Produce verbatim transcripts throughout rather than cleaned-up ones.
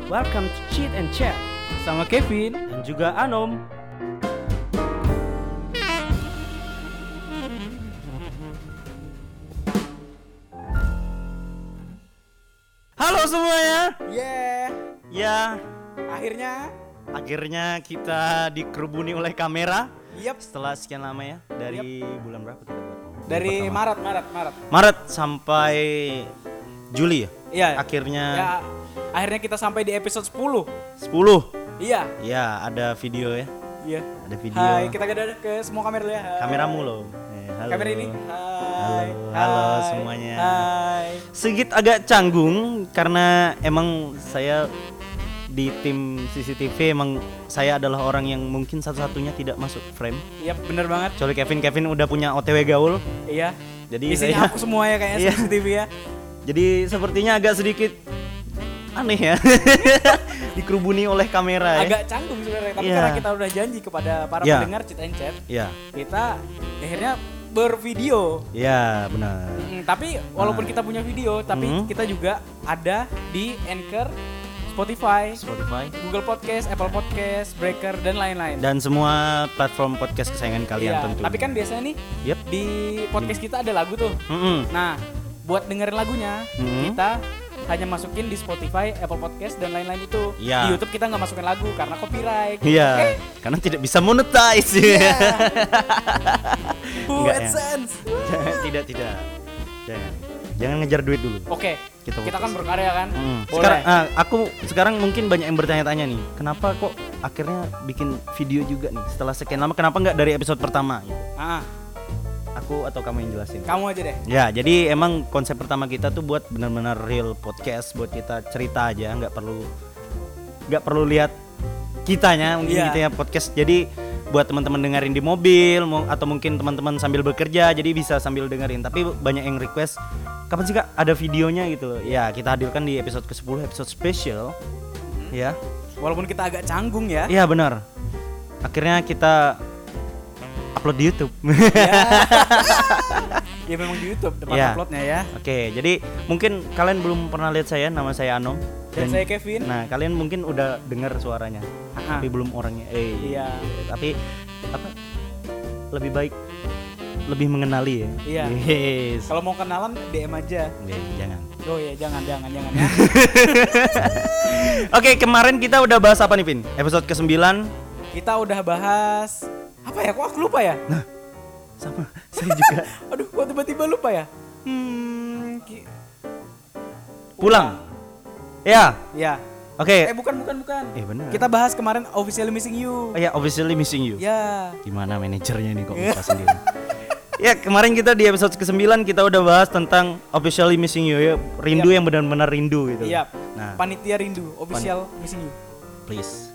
Welcome to Cheat and Chat sama Kevin dan juga Anom. Halo semuanya. Yeah. Ya, Akhirnya akhirnya kita dikerubuni oleh kamera. Yep. Setelah sekian lama ya. Dari yep. bulan berapa kita buat? Dari pertama. Maret, Maret, Maret. Maret sampai Juli ya? Iya. Akhirnya Ya, akhirnya kita sampai di episode sepuluh. sepuluh. Iya. Ya, ada video ya. Iya. Ada video. Hai, kita ada ke semua kamera dulu ya. Hai. Kameramu loh. Eh, halo. Kamera ini. Hai. Halo, halo Hai. semuanya. Hai. Sedikit agak canggung karena emang saya di tim C C T V emang saya adalah orang yang mungkin satu-satunya tidak masuk frame. Iya, bener banget. Kecuali Kevin, Kevin udah punya O T W gaul. Iya. Jadi isinya saya, aku semua ya kayaknya Iya. C C T V ya. Jadi sepertinya agak sedikit aneh ya. Dikerubuni oleh kamera ya. Agak canggung sebenarnya, tapi Iya. karena kita udah janji kepada para Iya. pendengar Cheat and Chat, Iya. kita akhirnya bervideo. Iya, benar. Mm, tapi walaupun Nah. kita punya video, tapi Hmm. kita juga ada di Anchor, Spotify, Spotify Google Podcast, Apple Podcast, Breaker dan lain-lain. dan semua platform podcast kesayangan kalian Iya, tentu. tapi kan biasanya nih Yep. di podcast kita ada lagu tuh. Mm-mm. Nah, buat dengerin lagunya, Hmm. kita hanya masukin di Spotify, Apple Podcast dan lain-lain itu. Iya. Di YouTube kita nggak masukin lagu karena copyright. Iya, Oke? karena tidak bisa monetize. Iya. Enggak ya. AdSense. tidak, tidak. Jangan. Jangan ngejar duit dulu. Oke, Kita kita, fokus. kan berkarya kan. Hmm. Boleh. Sekarang ah, aku sekarang mungkin banyak yang bertanya-tanya nih, kenapa kok akhirnya bikin video juga nih setelah sekian lama? Kenapa nggak dari episode pertama? Gitu. Ah, Aku atau kamu yang jelasin? kamu aja deh. Ya, jadi emang konsep pertama kita tuh buat benar-benar real podcast, buat kita cerita aja, nggak perlu nggak perlu lihat kitanya, mungkin Iya. kita ya podcast. Jadi buat teman-teman dengerin di mobil mau- atau mungkin teman-teman sambil bekerja, jadi bisa sambil dengerin. Tapi banyak yang request, kapan sih Kak ada videonya gitu loh. Ya, kita hadirkan di episode kesepuluh, episode spesial. Ya. Walaupun kita agak canggung ya. Iya, benar. Akhirnya kita upload di YouTube. Ya memang di YouTube depan Iya. uploadnya ya. Oke, jadi mungkin kalian belum pernah lihat saya, nama saya Anom. Dan saya Kevin. Nah, kalian mungkin udah dengar suaranya, Ah. tapi belum orangnya. Eh, Iya. Tapi apa? Lebih baik lebih mengenali ya. Iya. Yes. Kalau mau kenalan D M aja. Eh, jangan. Oh ya, jangan jangan jangan ya. Oke, kemarin kita udah bahas apa nih, Vin? Episode kesembilan. Kita udah bahas apa ya? Kok aku lupa ya? Nah, sama saya juga. Aduh, kok tiba-tiba lupa ya? Hmm, ki- Pulang. Ya. Ya. Oke. Eh bukan bukan bukan. Eh, benar. Kita bahas kemarin Officially Missing You. Oh ya, obviously missing you. Ya. Gimana manajernya nih kok lupa sendiri. Ya, kemarin kita di episode kesembilan kita udah bahas tentang Officially Missing You ya, rindu Yap. yang benar-benar rindu gitu. Iya. Nah, Panitia Rindu Official Missing You. please.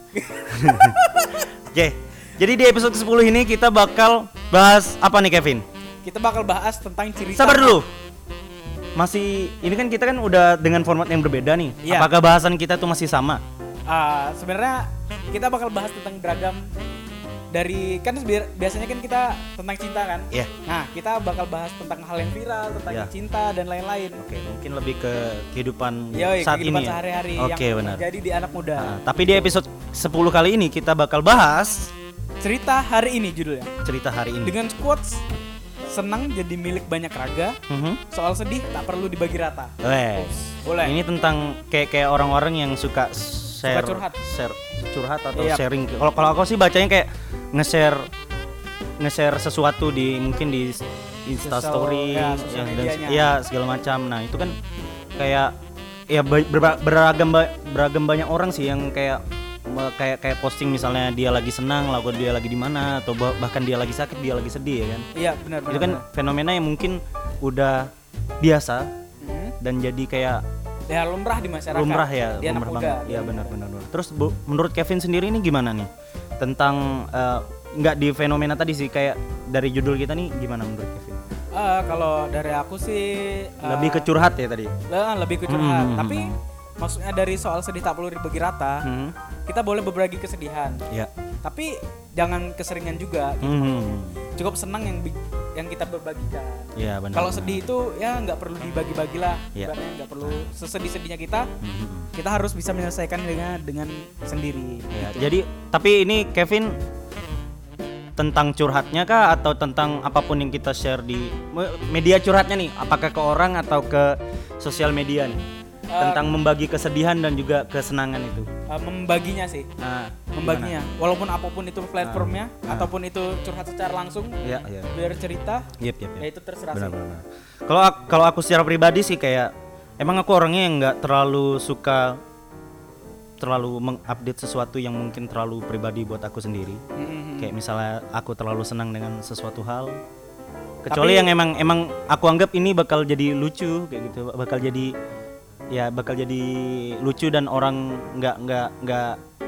Oke. Jadi di episode kesepuluh ini kita bakal bahas apa nih, Kevin? Kita bakal bahas tentang cerita. Sabar dulu. Masih ini kan kita kan udah dengan format yang berbeda nih. Iya. Apakah bahasan kita tuh masih sama? Ah, sebenarnya kita bakal bahas tentang beragam dari kan biar- biasanya kan kita tentang cinta kan. Iya. Nah, kita bakal bahas tentang hal yang viral, tentang Iya. cinta dan lain-lain. Oke, mungkin lebih ke kehidupan Yoi, saat kehidupan ini ya. sehari-hari Oke, yang benar. terjadi di anak muda. Nah, tapi di episode sepuluh kali ini kita bakal bahas Cerita hari ini judulnya. cerita hari ini. Dengan quotes senang jadi milik banyak raga, Mhm. soal sedih tak perlu dibagi rata. Wes. Boleh. Ini tentang kayak kayak orang-orang yang suka share Suka curhat. share curhat atau Iya. sharing. Kalau kalau aku sih bacanya kayak nge-share nge-share sesuatu di mungkin di Insta Sosial- story ya, sosial yang dan medianya. iya segala macam. Nah, itu kan kayak ya ba- ber- beragam ba- beragam banyak orang sih yang kayak me- kayak kayak posting misalnya dia lagi senang, lalu dia lagi di mana atau bah- bahkan dia lagi sakit, dia lagi sedih ya kan. Iya, benar benar. Itu kan benar. fenomena yang mungkin udah biasa Mhm. dan jadi kayak Ya lumrah di masyarakat. lumrah ya, di anak lumrah muda. banget. Iya benar benar benar. Terus bu, menurut Kevin sendiri ini gimana nih tentang eh, nggak di fenomena tadi sih kayak dari judul kita nih gimana menurut Kevin? Eh, kalau dari aku sih eh, Lebih ke curhat ya tadi. eh, lebih ke curhat. Hmm. Tapi maksudnya dari soal sedih tak perlu dibagi rata, Hmm. kita boleh berbagi kesedihan. Ya. Tapi jangan keseringan juga. Gitu. Hmm. Cukup senang yang bi- yang kita berbagikan. Iya, benar. Kalau sedih itu ya nggak perlu dibagi-bagilah, Iya. ibaratnya nggak perlu sesedih-sedihnya kita. Mhm. Kita harus bisa menyelesaikan dengan dengan sendiri. Ya, jadi tapi ini Kevin tentang curhatnya kah atau tentang apapun yang kita share di me- media curhatnya nih, apakah ke orang atau ke sosial media nih? Tentang membagi kesedihan dan juga kesenangan itu. Uh, membaginya sih, Nah, membaginya. Walaupun apapun itu platformnya Ah. ataupun itu curhat secara langsung, Iya, iya. biar cerita, Yep, yep, yep. ya itu terserah Benar, sih. benar. Kalau ak- kalau aku secara pribadi sih kayak emang aku orangnya yang nggak terlalu suka terlalu mengupdate sesuatu yang mungkin terlalu pribadi buat aku sendiri. Mhm. Kayak misalnya aku terlalu senang dengan sesuatu hal, kecuali Tapi- yang emang emang aku anggap ini bakal jadi lucu kayak gitu, bakal jadi ya bakal jadi lucu dan orang nggak nggak nggak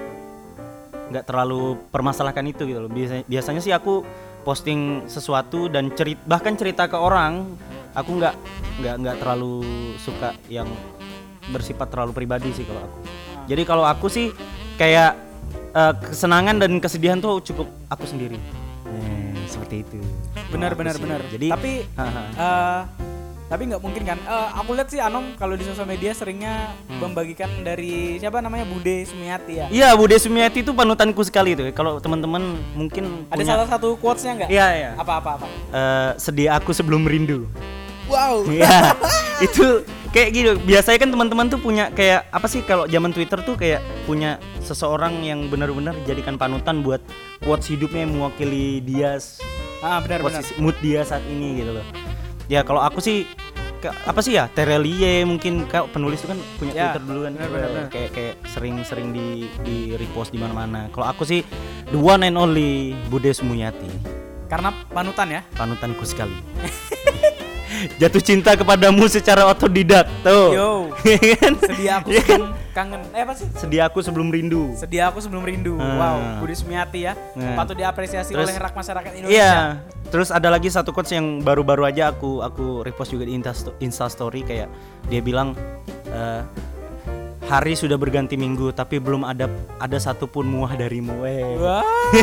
nggak terlalu permasalahkan itu gitu loh. Biasanya, biasanya sih aku posting sesuatu dan cerita bahkan cerita ke orang, aku nggak nggak nggak terlalu suka yang bersifat terlalu pribadi sih kalau aku. Jadi kalau aku sih kayak eh, kesenangan dan kesedihan tuh cukup aku sendiri. Hmm, seperti itu. Benar, Kalau aku benar, sih. benar. Jadi Tapi haha. eh, tapi nggak mungkin kan? Eh, aku lihat sih Anom kalau di sosial media seringnya membagikan dari siapa namanya Bude Sumiati ya. Iya, Bude Sumiati itu panutanku sekali tuh. Kalau teman-teman mungkin Ada punya, salah satu quotes-nya nggak? Iya, iya. Apa apa apa? Eh, sedia aku sebelum rindu. Wow. Iya. Itu kayak gitu. Biasanya kan teman-teman tuh punya kayak apa sih kalau zaman Twitter tuh kayak punya seseorang yang benar-benar dijadikan panutan buat quotes hidupnya yang mewakili dia s- Ah benar benar. posisi mood dia saat ini gitu loh. Ya kalau aku sih ke- apa sih ya Terelie mungkin kayak penulis itu kan punya Ya, Twitter dulu kan. benar, benar, benar. Kayak kayak sering-sering di di repost di mana-mana. Kalau aku sih the one and only Bude Sumiati. Karena panutan ya. Panutanku sekali. Jatuh cinta kepadamu secara otodidak tuh. Yo. Kan? Sedia aku Iya kan? sebelum kangen. Eh apa sih? Sedia aku sebelum rindu. Sedia aku sebelum rindu. Hmm. Wow, Budi Sumiati ya. Nah. Patut diapresiasi Terus- oleh rak masyarakat Indonesia. Iya. Terus ada lagi satu quotes yang baru-baru aja aku aku repost juga di Insta, Insta story kayak dia bilang eh, hari sudah berganti minggu tapi belum ada ada satupun muah darimu. Weh. Wow.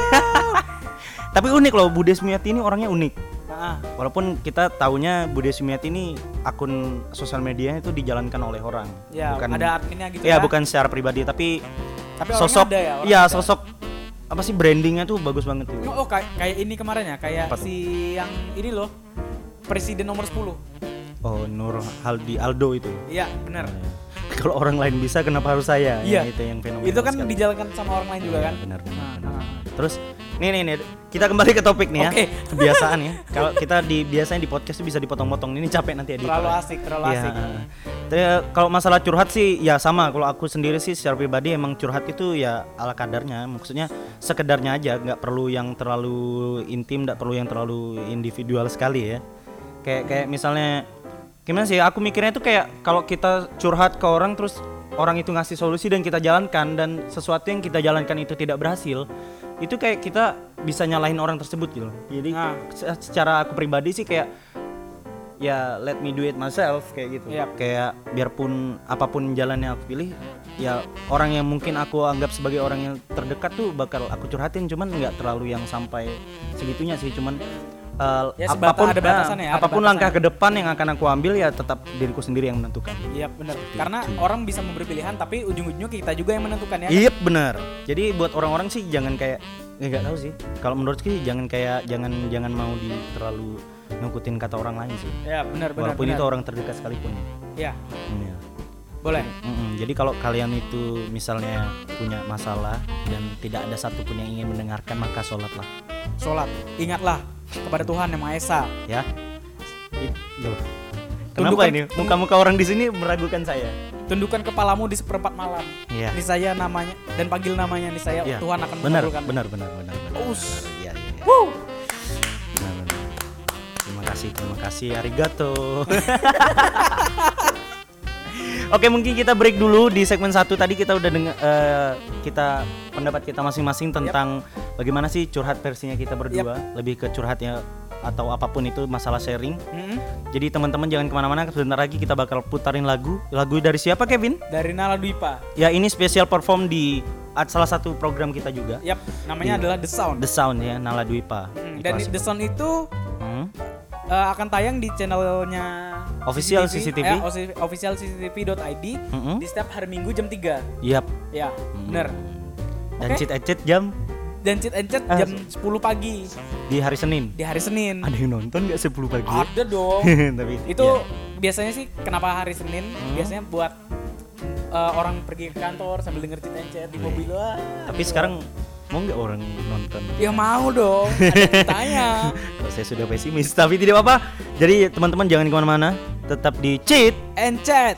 Tapi unik loh Bude Sumiati ini orangnya unik. Ah, Walaupun kita taunya Bude Sumiati ini akun sosial media itu dijalankan oleh orang. ya bukan ada adminnya gitu ya ya. bukan secara pribadi tapi Tapi orangnya sosok ada ya, orang iya ada. sosok apa sih brandingnya tuh bagus banget tuh. Oh, kayak kayak ini kemarin ya, kayak Apa tuh? si yang ini loh. Presiden nomor sepuluh. Oh Nur Haldi Aldo itu. Iya, benar. Kalau orang lain bisa kenapa harus saya? Iya. Ya, itu yang fenomenal. Itu kan sekali. dijalankan sama orang lain juga Iya, kan? Benar benar. Nah, benar. nah. Terus nih nih nih kita kembali ke topik nih ya. Oke. Kebiasaan ya. Kalau kita di biasanya di podcast tuh bisa dipotong-potong. Ini capek nanti editor. Terlalu ya. asik, terlalu Iya. asik. Tapi kalau masalah curhat sih ya sama. Kalau aku sendiri sih secara pribadi emang curhat itu ya ala kadarnya. Maksudnya sekedarnya aja, nggak perlu yang terlalu intim, nggak perlu yang terlalu individual sekali ya. Kayak kayak misalnya gimana sih? Aku mikirnya itu kayak kalau kita curhat ke orang terus orang itu ngasih solusi dan kita jalankan dan sesuatu yang kita jalankan itu tidak berhasil, itu kayak kita bisa nyalahin orang tersebut gitu. Jadi Nah. se- secara aku pribadi sih kayak ya let me do it myself kayak gitu. Yap. Kayak biarpun apapun jalan yang aku pilih, ya orang yang mungkin aku anggap sebagai orang yang terdekat tuh bakal aku curhatin, cuman nggak terlalu yang sampai segitunya sih, cuman uh, Ya, sebata- apapun ada batasannya ya, ada apapun batasannya. langkah ke depan yang akan aku ambil ya tetap diriku sendiri yang menentukan. Iya, benar. Karena orang bisa memberi pilihan tapi ujung-ujungnya kita juga yang menentukan ya. Iya benar. Jadi buat orang-orang sih jangan kayak ya nggak tahu sih. Kalau menurutku sih jangan kayak jangan jangan mau di terlalu ngikutin kata orang lain sih. Ya, benar benar. Walaupun benar. itu orang terdekat sekalipun. Iya, Iya. boleh. Mm-mm. Jadi kalau kalian itu misalnya punya masalah dan tidak ada satupun yang ingin mendengarkan maka sholatlah Sholat. Ingatlah kepada Tuhan Yang Maha Esa. ya. It- Loh. Kenapa Tundukkan- ini muka-muka orang di sini meragukan saya? Tundukkan kepalamu di seperempat malam. Iya. Niscaya namanya dan panggil namanya niscaya Iya. Tuhan akan benar, mengabulkan. benar, benar, benar, benar. Us. Iya, iya, iya. Wuh. Benar, benar. Terima kasih, terima kasih, arigato. Oke, mungkin kita break dulu di segmen satu. Tadi kita udah dengar eh, kita pendapat kita masing-masing tentang bagaimana sih curhat versinya kita berdua, lebih ke curhatnya atau apapun itu masalah sharing. Mm-mm. Jadi teman-teman jangan kemana-mana, sebentar lagi kita bakal putarin lagu. Lagu dari siapa, Kevin? Dari Nala Dwipa. Ya ini spesial perform di at- salah satu program kita juga, Yap, namanya Iya. adalah The Sound. The Sound ya, Nala Dwipa. Mm, Itu Dan asik The Sound itu Hmm? uh, akan tayang di channelnya Official C C T V, eh, osi- official C C T V dot I D Mm-mm. di setiap hari Minggu jam tiga. Yap. Ya, bener. Dan Oke. cheat and chat jam Dan Cheat and Chat Ah, jam sepuluh pagi di hari Senin. di hari Senin. Ada yang nonton nggak sepuluh pagi? Ada dong. Tapi Itu ya. biasanya sih kenapa hari Senin? Hmm. Biasanya buat uh, orang pergi ke kantor sambil denger Cheat and Chat di mobil. Wah. Tapi sekarang mau nggak orang nonton? Ya mau dong. Ada ceritanya. Kok saya sudah pesimis, tapi tidak apa-apa. Jadi teman-teman jangan kemana-mana, tetap di Cheat And Chat.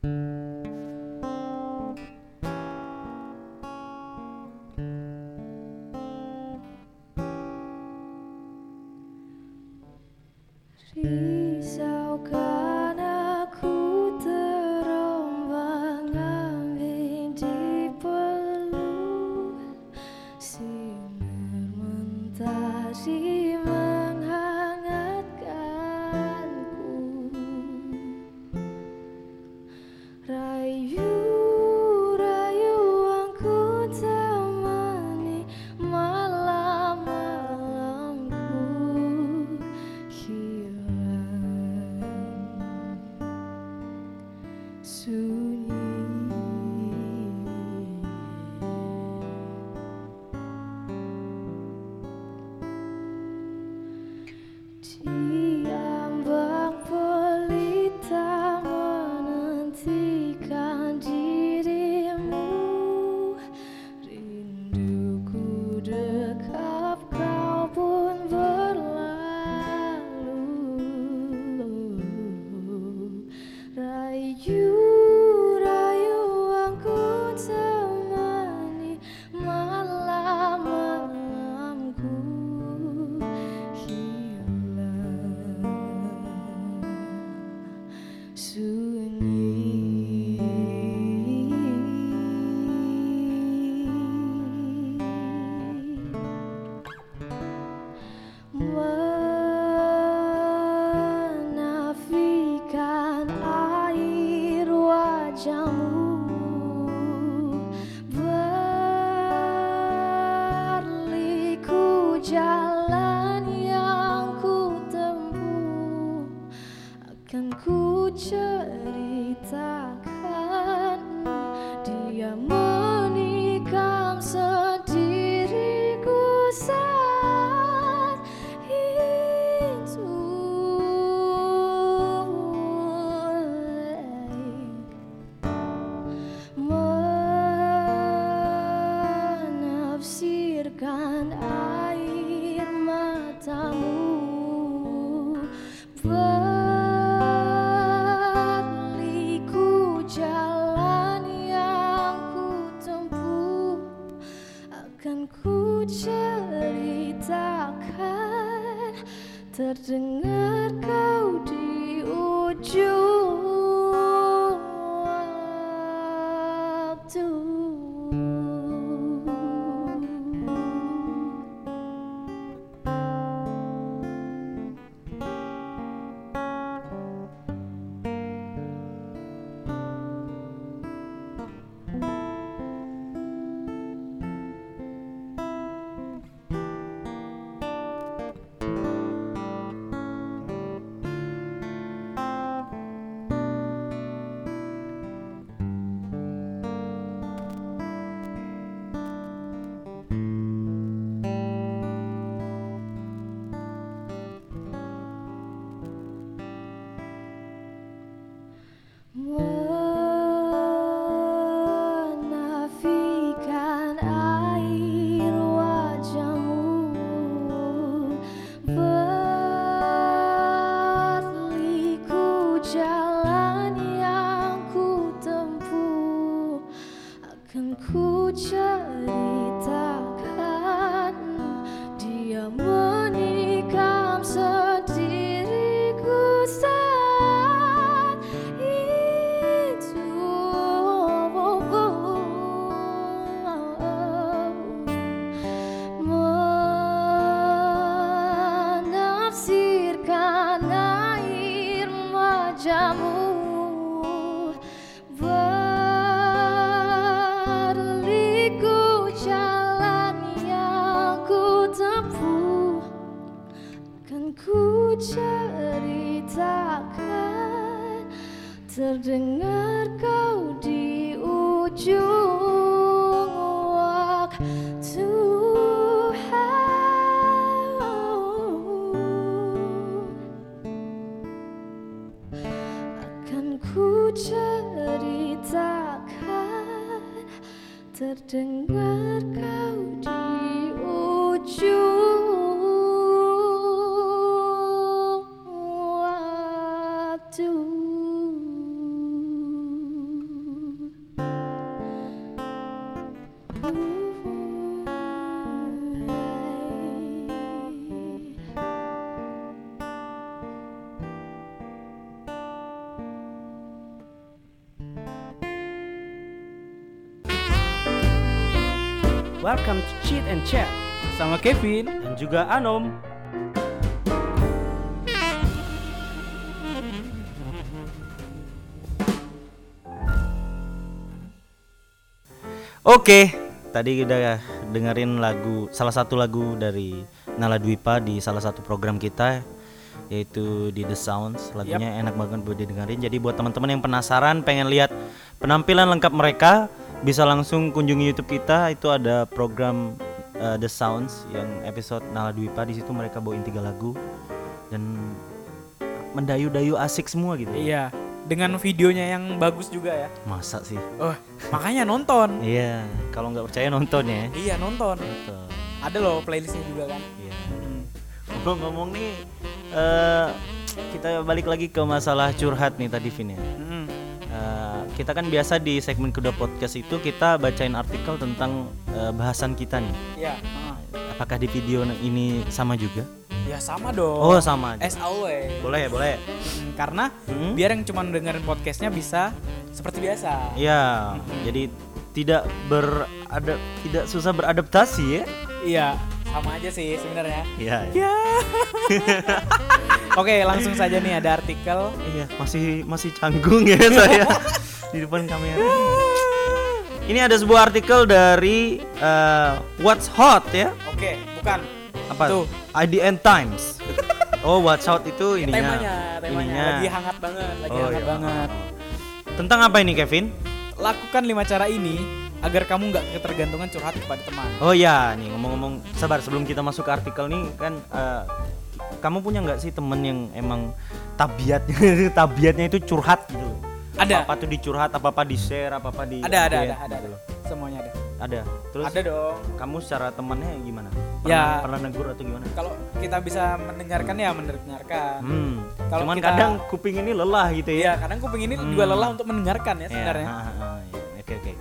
Risaukan aku terombang-ambing di peluk sinar mentari menghangatkanku. Rayu, rayu aku temani malam-malamku hilang sunyi. Diambang pelita menantikan dirimu, rinduku dekap kau pun berlalu. Rayu, rayu aku temani malam-malamku hilang sunyi. Menafikan air wajahmu, berliku jalan yang ku tempuh, akan ku ceritakan. Dia menikam sendiriku saat itu. Menafsirkan air matamu, berliku jalan yang ku tempuh, akan ku ceritakan. Terdengar kau di ujung waktu. Menafikan air wajahmu, berliku jalan yang ku tempuh, akan ku ceritakan. Dia menikam sendiriku saat itu. Menafsirkan air wajahmu, berliku terdengar kau di ujung waktu. Akan ku ceritakan, terdengar kau di ujung waktu. Welcome to Cheat and Chat Sama Kevin. dan juga Anom. Oke, tadi udah dengerin lagu, salah satu lagu dari Nala Dwipa di salah satu program kita, yaitu di The Sounds. Lagunya enak banget buat didengerin. Jadi buat teman-teman yang penasaran pengen lihat penampilan lengkap mereka, bisa langsung kunjungi YouTube kita. Itu ada program uh, The Sounds yang episode Nala Dwipa. Di situ mereka bawain tiga lagu dan mendayu-dayu asik semua gitu. Iya, dengan videonya yang bagus juga ya. Masa sih? Oh, makanya nonton. Iya, kalau nggak percaya nonton ya. Iya, nonton. Betul. Ada loh playlistnya juga kan. Iya. Ngomong-ngomong nih, uh, kita balik lagi ke masalah curhat nih tadi Vin ya. Mm-mm. Uh, kita kan biasa di segmen kedua podcast itu kita bacain artikel tentang uh, bahasan kita nih. Iya. uh. Apakah di video ini sama juga? Ya sama dong. Oh sama aja. As always. Boleh boleh. Hmm, karena Hmm? biar yang cuma dengerin podcastnya bisa seperti biasa. Iya. Jadi tidak berada tidak susah beradaptasi ya. Iya, sama aja sih sebenarnya. Iya. Ya. Oke, langsung saja nih ada artikel. Iya, masih masih canggung ya saya di depan kamera. Ini ada sebuah artikel dari uh, What's Hot ya. Oke, bukan. Apa? Tuh. I D N Times. Oh, What's Hot itu ininya. Temanya, temanya ininya. lagi hangat banget, lagi Oh, hangat iya. banget. Tentang apa ini, Kevin? Lakukan lima cara ini agar kamu nggak ketergantungan curhat kepada teman. Oh ya, nih ngomong-ngomong, sabar sebelum kita masuk ke artikel nih kan, uh, kamu punya nggak sih temen yang emang tabiatnya tabiatnya itu curhat gitu? Ada. Apa-apa tuh dicurhat, apa-apa di-share, apa-apa di Ada, ada, update ada, ada, gitu ada. loh. Semuanya ada. Ada. Terus Ada dong. kamu secara temannya gimana? Pernah, Ya. pernah negur atau gimana? Kalau kita bisa mendengarkan ya mendengarkan. Hmm. Kalau Cuman kita- kadang kuping ini lelah gitu Iya, ya. kadang kuping ini Hmm. juga lelah untuk mendengarkan ya sebenarnya. Ya, ha, ha, ha, ya. Oke oke.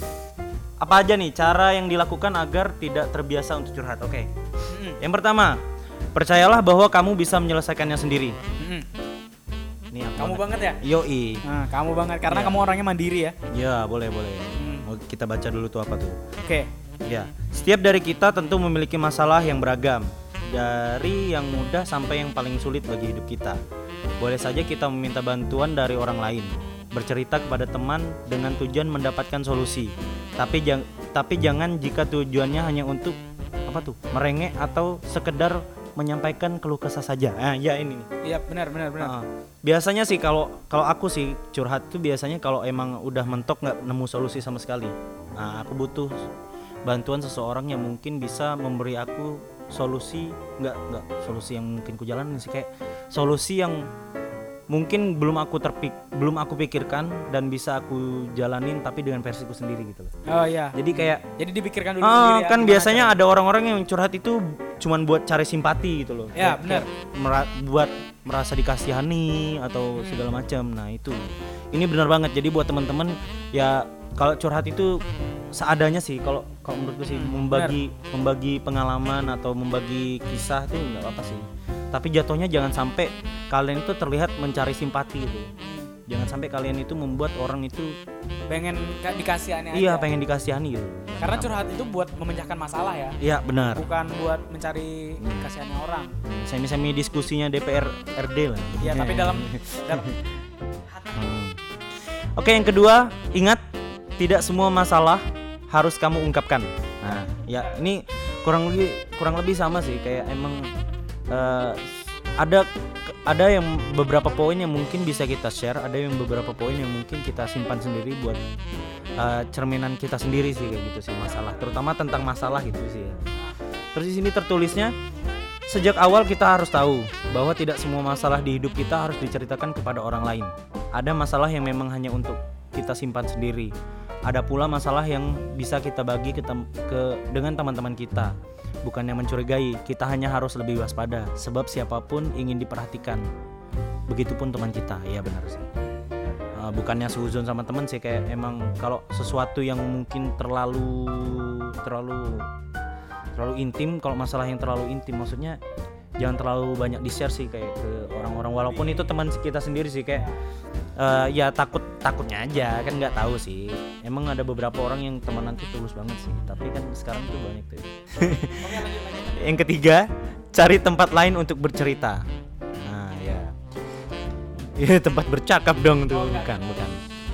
Apa aja nih cara yang dilakukan agar tidak terbiasa untuk curhat? Oke. Mm-mm. Yang pertama, percayalah bahwa kamu bisa menyelesaikannya sendiri. Mm-mm. Ini aku Kamu banget ya? Yoi. Nah, kamu banget karena Iya. kamu orangnya mandiri ya. Ya, boleh boleh. Hmm. Mau kita baca dulu tuh apa tuh? Oke. Ya, setiap dari kita tentu memiliki masalah yang beragam, dari yang mudah sampai yang paling sulit bagi hidup kita. Boleh saja kita meminta bantuan dari orang lain, bercerita kepada teman dengan tujuan mendapatkan solusi. Tapi jang, tapi jangan jika tujuannya hanya untuk apa tuh? Merengek atau sekedar menyampaikan keluh kesah saja. Ah, ya ini nih. Iya, benar benar benar. Ah, biasanya sih kalau kalau aku sih curhat tuh biasanya kalau emang udah mentok nggak nemu solusi sama sekali. Nah, aku butuh bantuan seseorang yang mungkin bisa memberi aku solusi, nggak nggak solusi yang mungkin ku jalanin sih, kayak solusi yang mungkin belum aku terpik belum aku pikirkan dan bisa aku jalanin tapi dengan versiku sendiri gitu loh. Oh iya. Jadi kayak Jadi dipikirkan dulu ah, sendiri ya, kan gimana biasanya caranya. ada orang-orang yang curhat itu cuman buat cari simpati gitu loh. Ya, Kayak- benar. kayak mera- buat merasa dikasihani atau Hmm. segala macam. Nah, itu. Ini benar banget. Jadi buat teman-teman ya kalau curhat itu seadanya sih kalau kalau menurutku sih Hmm, membagi membagi pengalaman atau membagi kisah itu enggak apa-apa sih. Tapi jatuhnya jangan sampai kalian itu terlihat mencari simpati gitu. Jangan sampai kalian itu membuat orang itu pengen ka- dikasihani aja. iya pengen dikasihani gitu. Karena curhat itu buat memecahkan masalah ya. Iya, benar. Bukan buat mencari kasihani orang. Semi-semi diskusinya D P R R D lah. Ya, tapi dalam dalam Hmm. Oke, yang kedua, ingat tidak semua masalah harus kamu ungkapkan. Nah, ya ini kurang lebih kurang lebih sama sih, kayak emang eh, ada ke- ada yang beberapa poin yang mungkin bisa kita share, ada yang beberapa poin yang mungkin kita simpan sendiri buat uh, cerminan kita sendiri sih kayak gitu sih masalah, terutama tentang masalah gitu sih ya. Terus di sini tertulisnya, sejak awal kita harus tahu bahwa tidak semua masalah di hidup kita harus diceritakan kepada orang lain. Ada masalah yang memang hanya untuk kita simpan sendiri. Ada pula masalah yang bisa kita bagi ke, tem- ke dengan teman-teman kita. Bukannya mencurigai, kita hanya harus lebih waspada, sebab siapapun ingin diperhatikan. Begitupun teman kita, ya benar sih. Uh, bukannya suzon sama teman sih, kayak emang kalau sesuatu yang mungkin terlalu terlalu terlalu intim, kalau masalah yang terlalu intim maksudnya jangan terlalu banyak di-share sih kayak ke orang-orang, walaupun itu teman kita sendiri sih, kayak uh, ya takut takutnya aja kan, nggak tahu sih. Emang ada beberapa orang yang temenan tuh tulus banget sih, tapi kan sekarang tuh banyak tuh. Yang ketiga, cari tempat lain untuk bercerita. Nah ya, ya tempat bercakap dong tuh, bukan bukan.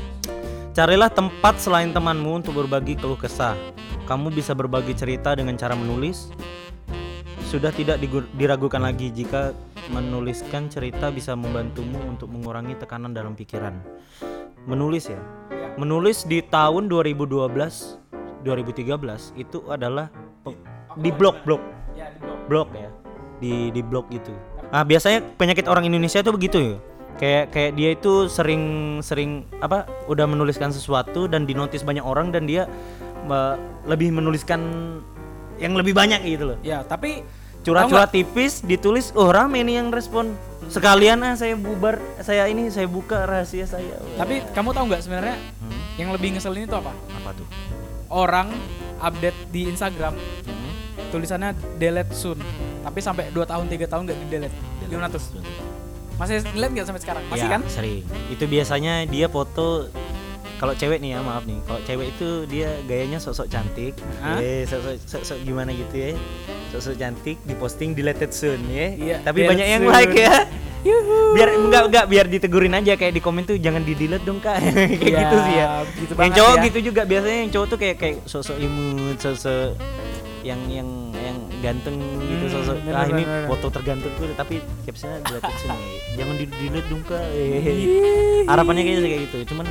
Carilah tempat selain temanmu untuk berbagi keluh kesah. Kamu bisa berbagi cerita dengan cara menulis. Sudah tidak digu- diragukan lagi jika menuliskan cerita bisa membantumu untuk mengurangi tekanan dalam pikiran. Menulis ya. Menulis di tahun dua ribu dua belas dua ribu tiga belas itu adalah pe- di blog-blog. Ya, di blog. Blog ya. Di di blog gitu. Ah biasanya penyakit orang Indonesia itu begitu ya. Kayak kayak dia itu sering sering apa udah menuliskan sesuatu dan dinotis banyak orang dan dia me- lebih menuliskan yang lebih banyak gitu loh. Ya, tapi Curhat-curhat tipis ditulis, oh rame nih yang respon. Sekalian ah saya bubar, saya ini saya buka rahasia saya. tapi kamu tahu nggak sebenarnya Hmm, yang lebih ngeselin itu apa? apa tuh? Orang update di Instagram Hmm. tulisannya delete soon, tapi sampai dua tahun tiga tahun nggak di delete. Gimana tuh? Masih ngeliat nggak sampai sekarang? Masih Ya, kan? sering. Itu biasanya dia foto, kalau cewek nih ya, maaf nih, kalau cewek itu dia gayanya sok-sok cantik, Hah? eh sok-sok, sok-sok gimana gitu ya, sok-sok cantik, diposting deleted soon ya. Iya, Tapi delete banyak yang soon. like ya. Yuhu. Biar enggak enggak biar ditegurin aja kayak di komen tuh jangan di delete dong kak, kayak Ya, gitu sih ya. gitu Yang banget cowok ya. gitu juga biasanya, yang cowok tuh kayak kayak sok-sok imut, sok-sok yang yang yang ganteng gitu, Hmm, sosok bener, ah ini bener. foto tergantung tuh, tapi captionnya deleted soon ya. Jangan di delete dong kak. Harapannya kayaknya kayak gitu, cuman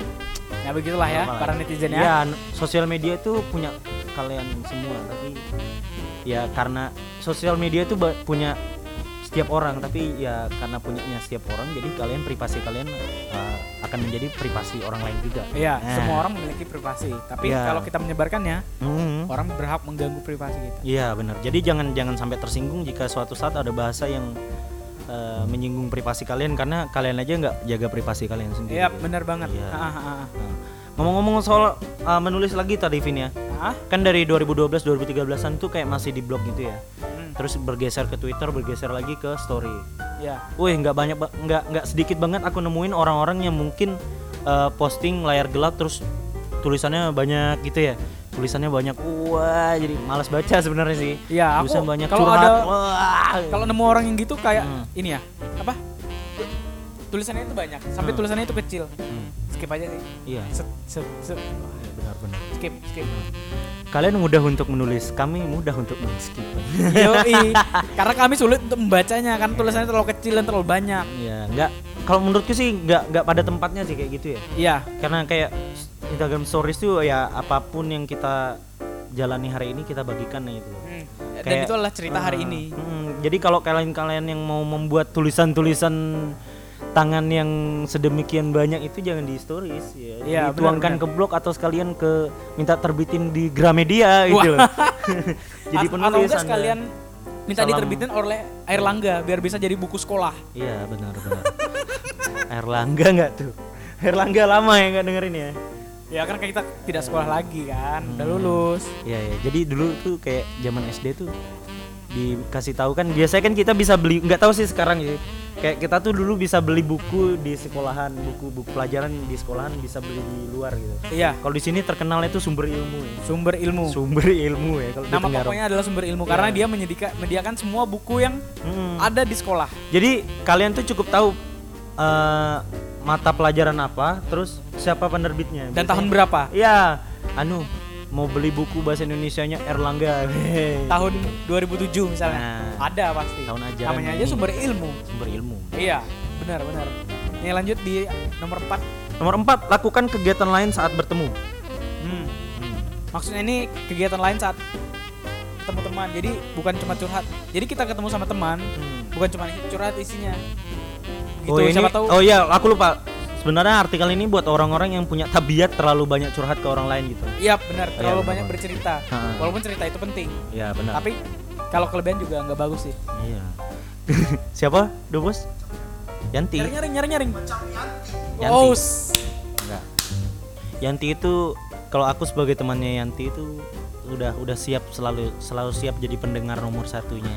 Ya begitulah ya normal para aja. netizen Ya, ya. n- sosial media itu punya kalian semua, tapi ya karena sosial media itu ba- punya setiap orang, tapi ya karena punyanya setiap orang, jadi kalian privasi kalian uh, akan menjadi privasi orang lain juga. Iya, Nah. semua orang memiliki privasi, tapi Ya. kalau kita menyebarkannya, Hmm. orang berhak mengganggu privasi kita. Iya benar. Jadi jangan jangan sampai tersinggung jika suatu saat ada bahasa yang uh, menyinggung privasi kalian, karena kalian aja nggak jaga privasi kalian sendiri. Iya, benar banget. Iya. Ah, ah, ah. Nah, ngomong-ngomong soal uh, menulis lagi tadi Vin ya, Ah, kan dari dua ribu dua belas dua ribu tiga belasan tuh kayak masih di blog gitu ya. hmm, Terus bergeser ke Twitter, bergeser lagi ke story. ya. Wih, nggak banyak, ba- nggak nggak sedikit banget aku nemuin orang-orang yang mungkin uh, posting layar gelap terus tulisannya banyak gitu ya. Tulisannya banyak, wah jadi malas baca sebenarnya sih. Iya, aku Tulisan banyak kalau curhat. ada- wah. Kalau nemu orang yang gitu kayak Hmm. ini ya, apa? Tulisannya itu banyak, sampai Hmm. tulisannya itu kecil. Hmm, Skip aja sih. iya, Set, set, set. iya, benar-benar. Skip, skip. Kalian mudah untuk menulis, kami mudah untuk men-skip. Yoi. Karena kami sulit untuk membacanya kan tulisannya terlalu kecil dan terlalu banyak. Iya, nggak. Kalau menurutku sih nggak nggak pada tempatnya sih kayak gitu ya. Iya. Karena kayak Instagram Stories tuh ya apapun yang kita jalani hari ini kita bagikan gitu loh. Hmm. Dan Kayak- itu adalah cerita hari Ah, ini. mm, jadi kalau kalian-kalian yang mau membuat tulisan-tulisan tangan yang sedemikian banyak itu jangan di stories ya. Iya, Dituangkan benar, ke blog atau sekalian ke minta terbitin di Gramedia gitu loh. Jadi A- atau penulis enggak Anda. sekalian minta Salam. diterbitin oleh Air Langga biar bisa jadi buku sekolah. Iya benar benar. Erlangga nggak tuh? Erlangga lama ya nggak dengerin ya. Ya kan kita tidak sekolah lagi kan, udah Hmm. lulus. Iya ya. Jadi dulu tuh kayak zaman S D tuh dikasih tahu kan, biasanya kan kita bisa beli, nggak tahu sih sekarang ya. Kayak kita tuh dulu bisa beli buku di sekolahan, buku-buku pelajaran di sekolahan bisa beli di luar gitu. Iya, Kalau di sini terkenalnya itu sumber ilmu ya. sumber ilmu. Sumber ilmu ya kalau di Nama Tenggarong. pokoknya adalah sumber ilmu Iya. karena dia menyediakan menyediakan semua buku yang Mm. ada di sekolah. Jadi kalian tuh cukup tahu eh, mata pelajaran apa, terus siapa penerbitnya Dan Biasanya- tahun berapa? Iya, anu mau beli buku bahasa Indonesianya Erlangga. Tahun dua ribu tujuh misalnya. Nah, Ada pasti. tahun ajaran Namanya ini. aja sumber ilmu. Sumber ilmu. Iya, benar benar. Nih lanjut di nomor empat. Nomor empat, lakukan kegiatan lain saat bertemu. Hmm. Maksudnya ini kegiatan lain saat ketemu teman. Jadi bukan cuma curhat. Jadi kita ketemu sama teman, Hmm. bukan cuma curhat isinya. Gitu, Oh, ini, siapa tahu. oh iya, aku lupa. Sebenarnya artikel ini buat orang-orang yang punya tabiat terlalu banyak curhat ke orang lain gitu. Iya, benar. Iya, Terlalu benar, banyak benar. bercerita. Ha. Walaupun cerita itu penting. Ya benar. Tapi kalau kelebihan juga nggak bagus sih. Iya. Siapa? Duh bos? Yanti. Nyaring nyaring nyaring. Yanti. Oh, s- Enggak. Yanti itu kalau aku sebagai temannya Yanti itu udah udah siap selalu selalu siap jadi pendengar nomor satunya.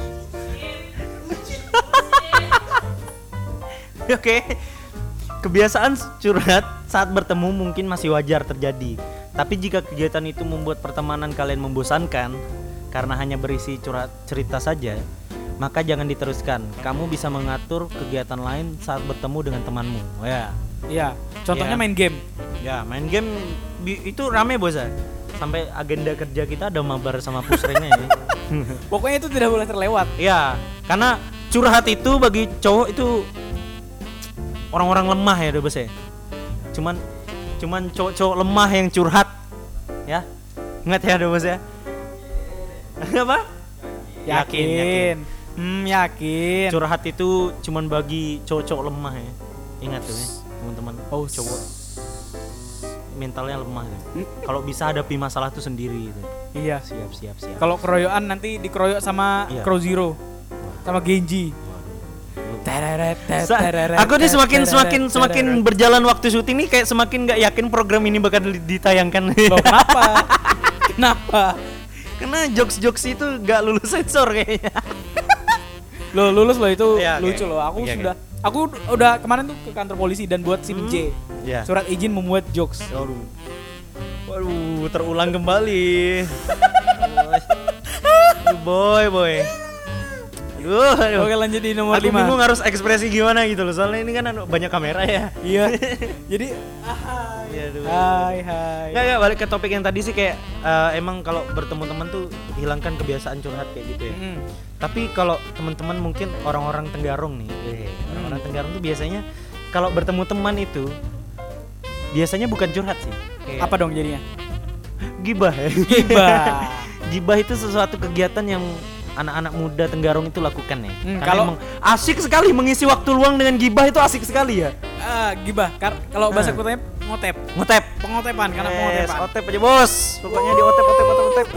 Oke. Kebiasaan curhat saat bertemu mungkin masih wajar terjadi. Tapi jika kegiatan itu membuat pertemanan kalian membosankan karena hanya berisi curhat cerita saja, maka jangan diteruskan. Kamu bisa mengatur kegiatan lain saat bertemu dengan temanmu. Oh ya. iya. Contohnya Iya. main game. Ya, main game bi- itu rame bos ya. Sampai agenda kerja kita ada mabar sama pusrengnya ya. Pokoknya itu tidak boleh terlewat. Iya, karena curhat itu bagi cowok itu orang-orang lemah ya bos ya. Cuman cuman cowok-cowok lemah yang curhat. Ya. Ingat ya bos ya. Apa? Yakin, yakin. Hmm, yakin. Curhat itu cuman bagi cowok-cowok lemah ya. Ingat tuh ya, teman-teman. Oh, Cowok mentalnya lemah ya. Kalau bisa hadapi masalah itu sendiri gitu. Iya. Siap, siap, siap. Kalau keroyokan nanti dikeroyok sama Iya. Crow Zero. Sama Genji. Sa- aku nih semakin semakin semakin berjalan waktu syuting nih kayak semakin nggak yakin program ini bakal di- ditayangkan. Loh, kenapa? Kenapa? Karena jokes-jokes itu nggak lulus sensor kayaknya. Lo lulus loh itu Iya, oke. lucu loh. Aku Oke, oke. sudah aku udah kemarin tuh ke kantor polisi dan buat SIM J. Ya. Surat izin membuat jokes. Waduh. Waduh, terulang kembali. Aduh, boy, boy. Aduh, aduh. Oke, lanjut di nomor Aku lima. bingung harus ekspresi gimana gitu loh. Soalnya ini kan anu, banyak kamera ya. Iya. Jadi Iya, aduh. hai hai. Nggak, nggak, balik ke topik yang tadi sih kayak eh, emang kalau bertemu teman tuh hilangkan kebiasaan curhat kayak gitu ya. Mm. Tapi kalau teman-teman mungkin orang-orang Tenggarong nih, eh, orang-orang Tenggarong tuh biasanya kalau bertemu teman itu biasanya bukan curhat sih. Kayak Apa dong jadinya? gibah. Gibah. Gibah itu sesuatu kegiatan yang anak-anak muda Tenggarong itu lakukan ya. Hmm, Karena kalau- emang asik sekali mengisi waktu luang dengan gibah itu asik sekali ya. Ah, gibah. Kar- kalau bahasa Ah. kutanya ngotep. Ngotep. Pengotepan karena Yes, pengotepan. otep aja bos. Pokoknya di otep otep otep otep.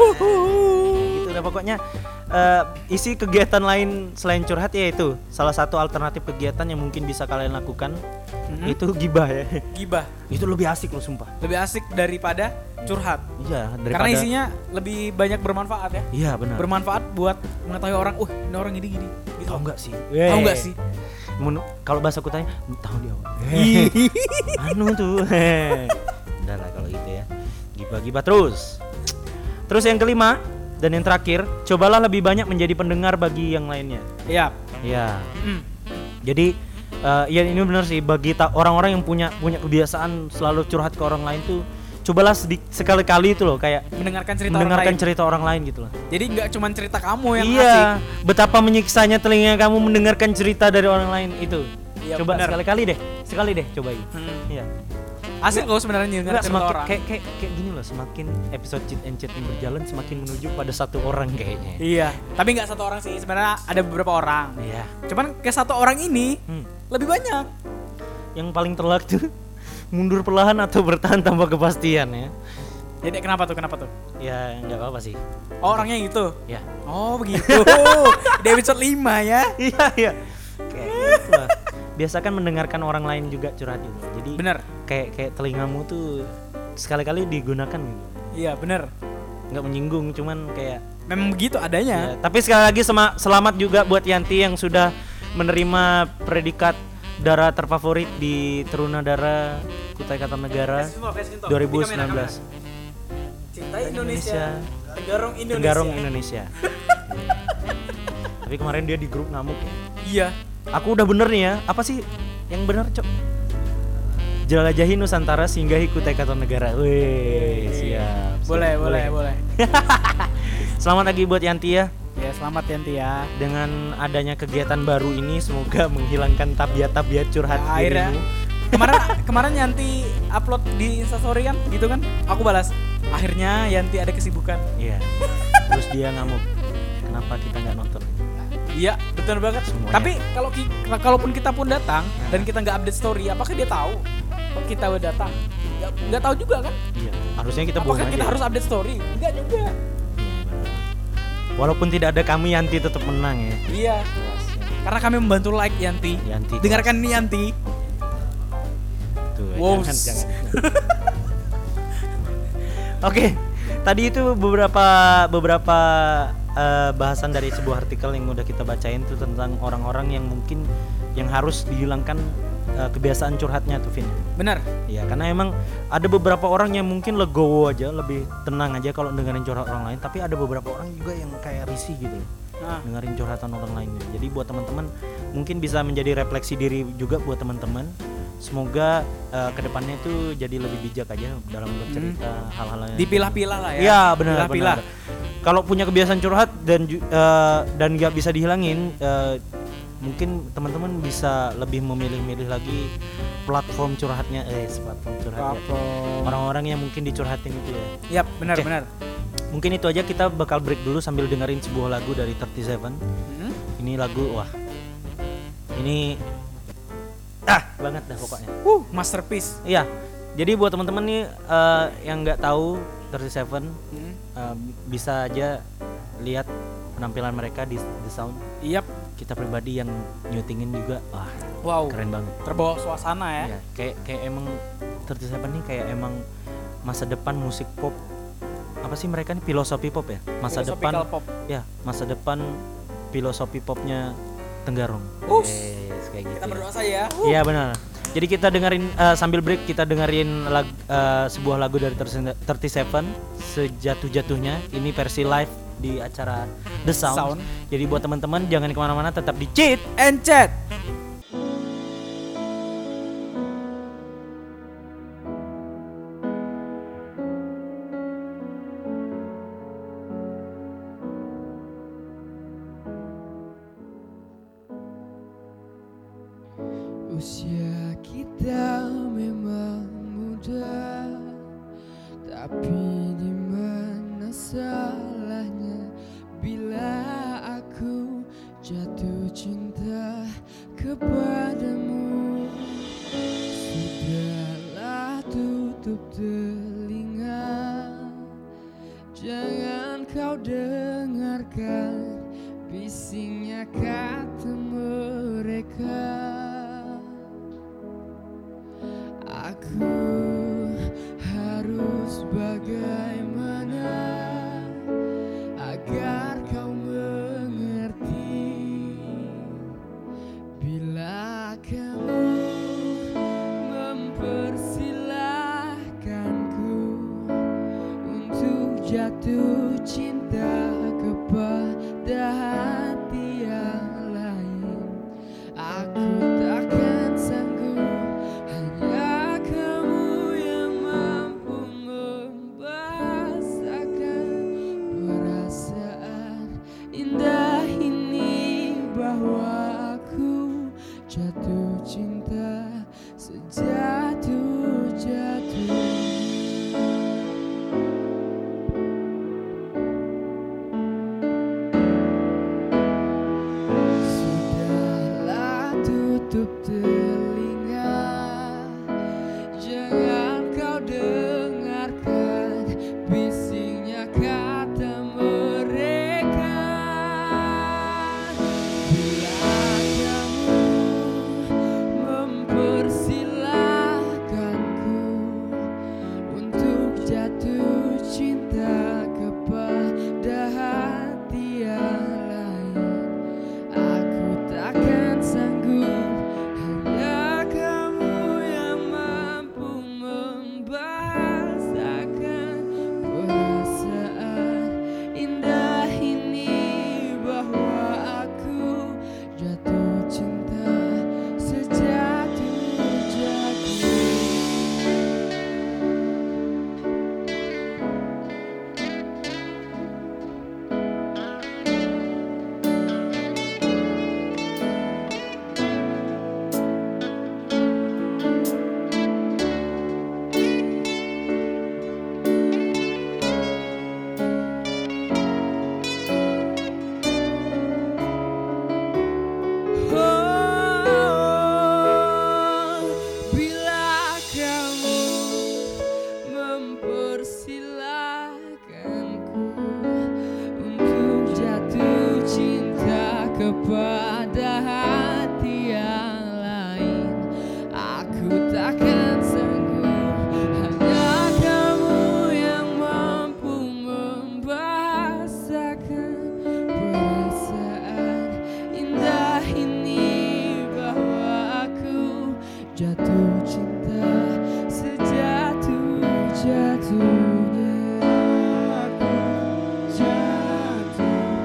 Gitu udah pokoknya eh, isi kegiatan lain selain curhat ya itu salah satu alternatif kegiatan yang mungkin bisa kalian lakukan Mhm. itu gibah ya. Gibah. Itu lebih asik loh sumpah. Lebih asik daripada curhat. Iya, daripada Karena isinya lebih banyak bermanfaat ya. Iya, benar. Bermanfaat buat mengetahui orang, uh ini orang gini gini. Gitu. Tahu enggak sih? Tahu nggak sih? Mun- kalau bahasa kutanya tahu dia. Wak. Ih. Anu tuh. Udah lah kalau gitu ya. Gibah-gibah terus. Terus yang kelima dan yang terakhir, cobalah lebih banyak menjadi pendengar bagi yang lainnya. Iya. Iya. Hmm. Jadi eh, ya ini benar sih bagi ta- orang-orang yang punya punya kebiasaan selalu curhat ke orang lain tuh cobalah sedik- sekali-kali itu loh kayak Mendengarkan cerita mendengarkan orang lain. cerita orang lain gitu loh. Jadi nggak cuma cerita kamu yang Iya, asik. betapa menyiksanya telinga kamu mendengarkan cerita dari orang lain itu. Iya, Coba benar. sekali-kali deh, sekali deh cobain. Hmm. Iya. Asik loh sebenarnya dengar Enggak, cerita semakin orang. kayak kayak kayak gini loh, semakin episode Cheat and Chat yang berjalan semakin menuju pada satu orang kayaknya. Iya. Tapi nggak satu orang sih, sebenarnya ada beberapa orang. Iya. Cuman ke satu orang ini Hmm. lebih banyak. Yang paling telak tuh mundur perlahan atau bertahan tanpa kepastian ya. Jadi kenapa tuh? Kenapa tuh? Ya nggak apa-apa sih. Oh, orangnya gitu. Ya. Oh begitu. Di episode lima ya. Iya iya. Kayak gitu lah. Biasakan mendengarkan orang lain juga curhat juga. Jadi Bener. kayak kayak telingamu tuh sekali-kali digunakan gitu. Iya bener. Nggak menyinggung, cuman kayak. Memang begitu adanya. Ya, tapi sekali lagi sema- selamat juga buat Yanti yang sudah menerima predikat darah terfavorit di Terunadara Kutai Kartanegara dua ribu sembilan belas. Cinta Indonesia. Tenggarong Indonesia. Tenggarong Indonesia. Tapi kemarin dia di grup ngamuk ya. Iya. Aku udah bener nih ya. Apa sih yang bener, Cok? Jelajahi Nusantara singgahi Kutai Kartanegara. Wih, siap. siap. Boleh, boleh, boleh. Selamat lagi buat Yanti ya. Ya selamat Yanti ya. Dengan adanya kegiatan baru ini semoga menghilangkan tabiat-tabiat curhat Ya, akhirnya dirimu. kemarin kemarin Yanti upload di Instastory kan, gitu kan? Aku balas. Akhirnya Yanti ada kesibukan. Iya. Terus dia ngamuk. Kenapa kita nggak nonton? Iya, betul banget. Semuanya. Tapi kalau ki- kalaupun kita pun datang dan kita nggak update story, apakah dia tahu kalau kita udah datang? Nggak, nggak tahu juga kan? Iya. Harusnya kita buang Apakah aja. kita harus update story? Enggak juga. Iya, benar. Walaupun tidak ada kami, Yanti tetap menang ya. Iya. Karena kami membantu like Yanti. Yanti. Dengarkan ini Yanti. Tuh, Wow. jangan, jangan. Oke, tadi itu beberapa beberapa eh, bahasan dari sebuah artikel yang udah kita bacain tuh tentang orang-orang yang mungkin yang harus dihilangkan eh, kebiasaan curhatnya tuh Vin. Benar. Ya, karena emang ada beberapa orang yang mungkin legowo aja, lebih tenang aja kalau dengerin curhat orang lain, tapi ada beberapa orang juga yang kayak risih gitu. Nah, Dengerin curhatan orang lain. Jadi buat teman-teman mungkin bisa menjadi refleksi diri juga buat teman-teman. Semoga uh, kedepannya itu jadi lebih bijak aja dalam bercerita hal-hal yang dipilah-pilah lah ya. Iya benar Pilah-pilah. benar. Kalau punya kebiasaan curhat dan ju- uh, dan nggak bisa dihilangin, uh, mungkin teman-teman bisa lebih memilih-milih lagi platform curhatnya, eh platform curhat ya. Platform. Orang-orang yang mungkin dicurhatin itu ya. Yap, benar Oke. benar. Mungkin itu aja, kita bakal break dulu sambil dengerin sebuah lagu dari tiga puluh tujuh. Hmm? Ini lagu wah. Ini ah banget dah pokoknya. Uh, masterpiece. Iya. Jadi buat teman-teman nih eh, yang nggak tahu tiga puluh tujuh Hmm. eh, bisa aja lihat penampilan mereka di The Sound. Yap. Kita pribadi yang nyutingin juga, wah Wow. keren banget. Terbawa suasana ya. Iya, kayak kayak emang tiga puluh tujuh nih kayak emang masa depan musik pop. Apa sih mereka nih, filosofi pop ya? Masa depan Philosophical pop. ya, masa depan filosofi popnya Tenggarong. Us. Yes, kayak gitu. Kita ya. berdoa saja ya. Iya benar. Jadi kita dengerin eh, sambil break kita dengerin lag, eh, sebuah lagu dari tiga puluh tujuh, Sejatuh-jatuhnya. Ini versi live di acara The Sound. Sound. Jadi buat teman-teman jangan kemana-mana, tetap di Cheat. Encet. Usia kita memang muda, tapi di mana salahnya bila aku jatuh cinta kepadamu? Sudahlah, tutup telinga, jangan kau dengarkan bisingnya kata mereka. Aku harus bagaimana agar kau mengerti bila kamu mempersilahkanku untuk jatuh cinta kepada hati yang lain. Aku takkan sanggup, hanya kamu yang mampu membahasakan perasaan indah ini, bahwa aku jatuh cinta sejatuh-jatuhnya. Sudahlah, tutup telinga, jangan kau dengarkan bisingnya kata mereka. Bila kamu mempersilahkanku untuk jatuh cinta kepada hati yang lain, aku takkan sanggup, hanya kamu yang mampu membahasakan perasaan mempersilakanku untuk jatuh cinta kepada hati yang lain. Aku takkan sanggup, hanya kamu yang mampu membahasakan perasaan indah ini, bahwa aku jatuh cinta sejatuh-jatuhnya. Aku jatuh,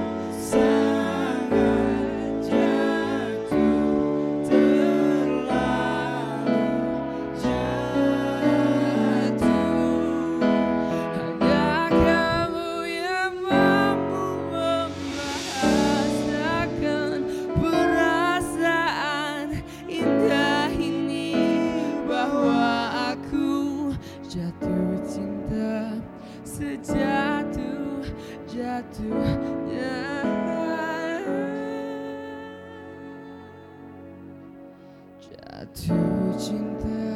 sangat jatuh, terlalu jatuh. Hanya kamu yang mampu membahasakan perasaan indah ini, bahwa aku jatuh cinta sejatuh-jatuhnya. Jatuh cinta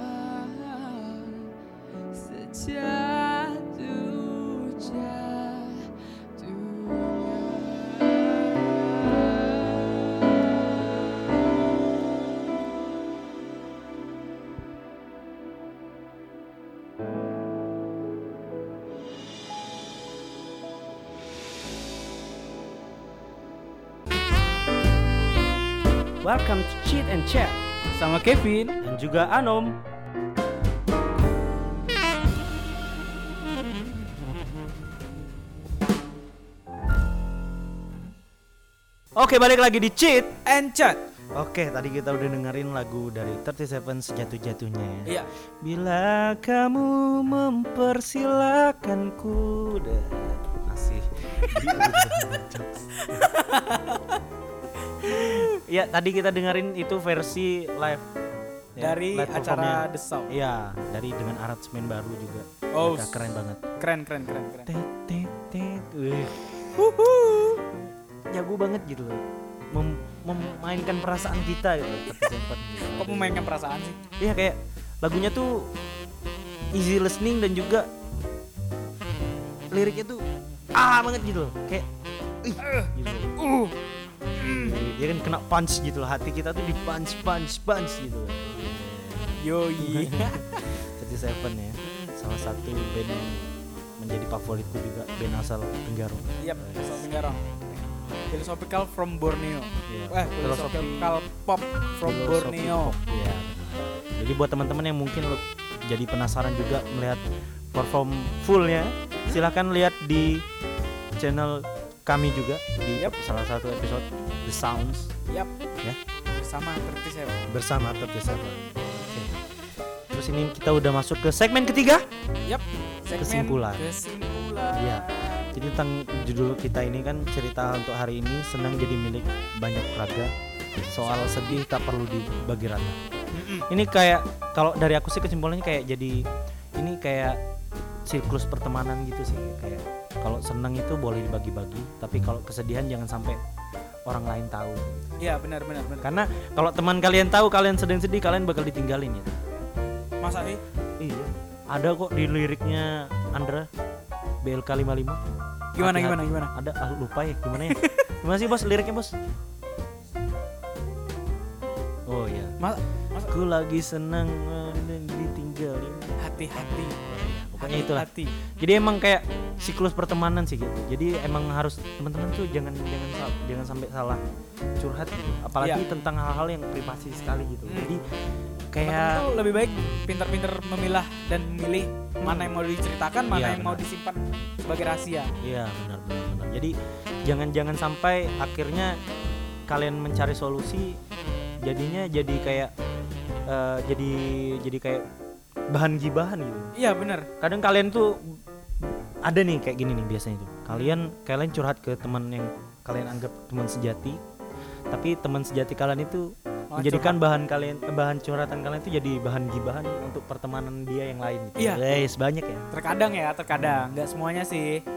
sejatuhnya. Welcome to Cheat and Chat Sama Kevin. dan juga Anom. Oke, balik lagi di Cheat. And chat. Oke, tadi kita udah dengerin lagu dari tiga puluh tujuh sejatuh-jatuhnya ya. Iya. Bila kamu mempersilakanku dan masih ya, tadi kita dengerin itu versi live ya, Dari live acara performnya. The Sound. Iya, dari dengan aransemen baru juga. Oh, Mereka keren banget. Keren keren keren keren. Tet tet tet. Wih. Jago banget gitu loh. Mem- memainkan perasaan kita gitu. tiga puluh tujuh gitu. Kok memainkan perasaan sih? Iya, kayak lagunya tuh easy listening dan juga liriknya tuh ah banget gitu loh. Kayak ih gitu. Uh. Dia kan kena punch gitu loh. Hati kita tuh di punch punch punch gitu loh. Yoi. tiga puluh tujuh ya. Salah satu band yang menjadi favoritku juga, band asal Tenggaro. Yap, asal Tenggaro. Philosophical from Borneo. Iya. Eh, philosophical pop from Filosofi Borneo. pop, iya. Jadi buat teman-teman yang mungkin lo jadi penasaran juga melihat perform fullnya, silahkan lihat di channel kami juga di Yap. salah satu episode The Sounds Yap. ya, Bersama tiga puluh tujuh. bersama tiga puluh tujuh. Oke. Terus ini kita udah masuk ke segmen ketiga. Yap. Segmen Kesimpulan. Kesimpulan. Iya. Jadi tentang judul kita ini kan cerita untuk hari ini, senang jadi milik banyak raga, soal sedih tak perlu dibagi rata. Ini kayak kalau dari aku sih kesimpulannya kayak jadi ini kayak siklus pertemanan gitu sih, kayak kalau senang itu boleh dibagi-bagi, tapi kalau kesedihan jangan sampai orang lain tahu. Iya, benar benar benar. Karena kalau teman kalian tahu kalian sedang sedih, kalian bakal ditinggalin ya. Masa sih? Iya. Ada kok di liriknya Andra B L K lima puluh lima. Gimana Hati-hati. gimana gimana? Ada, ah, lupa ya gimana ya. Gimana sih bos liriknya bos? Oh iya. Mas, mas Aku lagi senang dan ditinggalin. hati-hati. Pokoknya itulah. Hati. Jadi emang kayak siklus pertemanan sih gitu. Jadi emang harus teman-teman tuh jangan jangan sa- jangan sampai salah curhat, apalagi Iya. tentang hal-hal yang privasi sekali gitu. Hmm. Jadi Teman-teman kayak tuh lebih baik pintar-pintar memilah dan memilih mana yang mau diceritakan, mana Iya, yang mau benar. disimpan sebagai rahasia. iya benar benar benar. Jadi jangan jangan sampai akhirnya kalian mencari solusi jadinya jadi kayak eh, jadi jadi kayak bahan gibahan gitu. Iya benar. Kadang kalian tuh ada nih kayak gini nih biasanya tuh. Kalian kalian curhat ke teman yang kalian anggap teman sejati. Tapi teman sejati kalian itu Malah menjadikan bahan kalian eh, bahan curhatan kalian itu jadi bahan gibahan untuk pertemanan dia yang lain gitu. Iya. Guys, banyak ya. Terkadang ya, terkadang nggak semuanya sih.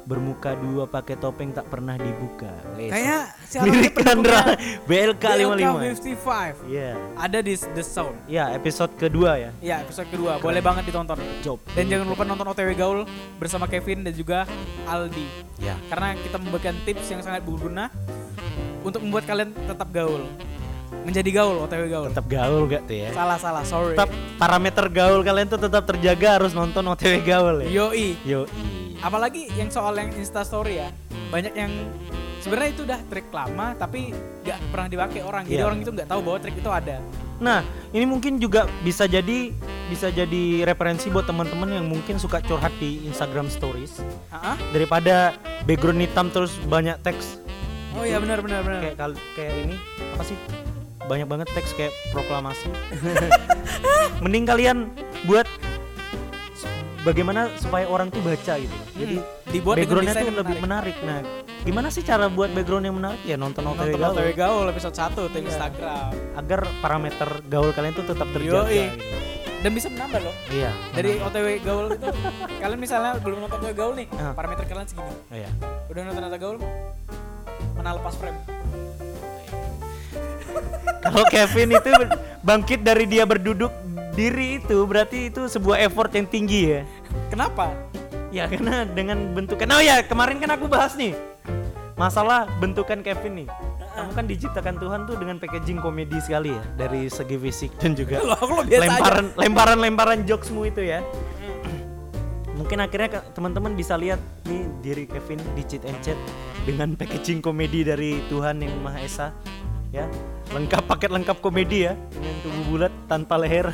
bermuka dua pakai topeng tak pernah dibuka. Les. Kayak si Anon lirik ini Chandra pendukungnya B L K lima puluh lima. B L K lima puluh lima. Iya. Ada di The Sound. Iya, episode kedua ya. Iya, episode kedua. Boleh banget ditonton. Job. Dan jangan lupa nonton O T W Gaul bersama Kevin dan juga Aldi. Ya. Karena kita memberikan tips yang sangat berguna untuk membuat kalian tetap gaul. Menjadi gaul, O T W Gaul. Tetap gaul gak tuh ya? Salah, salah, sorry. Tetap parameter gaul kalian tuh tetap terjaga, harus nonton O T W gaul ya. Yoi. Yoi. Apalagi yang soal yang Insta Story ya. Banyak yang sebenarnya itu udah trik lama tapi gak pernah dipakai orang. Jadi Iya. orang itu gak tahu bahwa trik itu ada. Nah, ini mungkin juga bisa jadi bisa jadi referensi buat teman-teman yang mungkin suka curhat di Instagram Stories. Hah? Daripada background hitam terus banyak teks. Oh iya benar benar benar. Kayak kal- kayak ini apa sih? Banyak banget teks kayak proklamasi. Mending kalian buat s- bagaimana supaya orang tuh baca gitu. Jadi Hmm, dibuat dengan backgroundnya desain tuh yang lebih menarik. Nah, gimana sih cara buat background yang menarik? Ya nonton O T W Nonton O T W gaul Gaul episode satu di Iya. Instagram. agar parameter gaul kalian tuh tetap terjaga Yoi. gitu. Dan bisa menambah loh. Iya. Dari O T W Gaul itu kalian misalnya belum nonton O T W Gaul nih, Ah. parameter kalian segini. Iya. Udah nonton O T W Gaul? Mana lepas frame? Kalau Kevin itu bangkit dari dia berduduk diri itu berarti itu sebuah effort yang tinggi ya. Kenapa? Ya karena dengan bentukan. Oh ya, kemarin kan aku bahas nih masalah bentukan Kevin nih. Kamu kan diciptakan Tuhan tuh dengan packaging komedi sekali ya, dari segi fisik dan juga Loh, aku lo biasa aja. lemparan lemparan lemparan jokesmu itu ya. Mungkin akhirnya ke- teman-teman bisa lihat nih diri Kevin di Cheat and Chat dengan packaging komedi dari Tuhan yang Maha Esa ya. Lengkap, paket lengkap komedi ya, dengan tubuh bulat tanpa leher.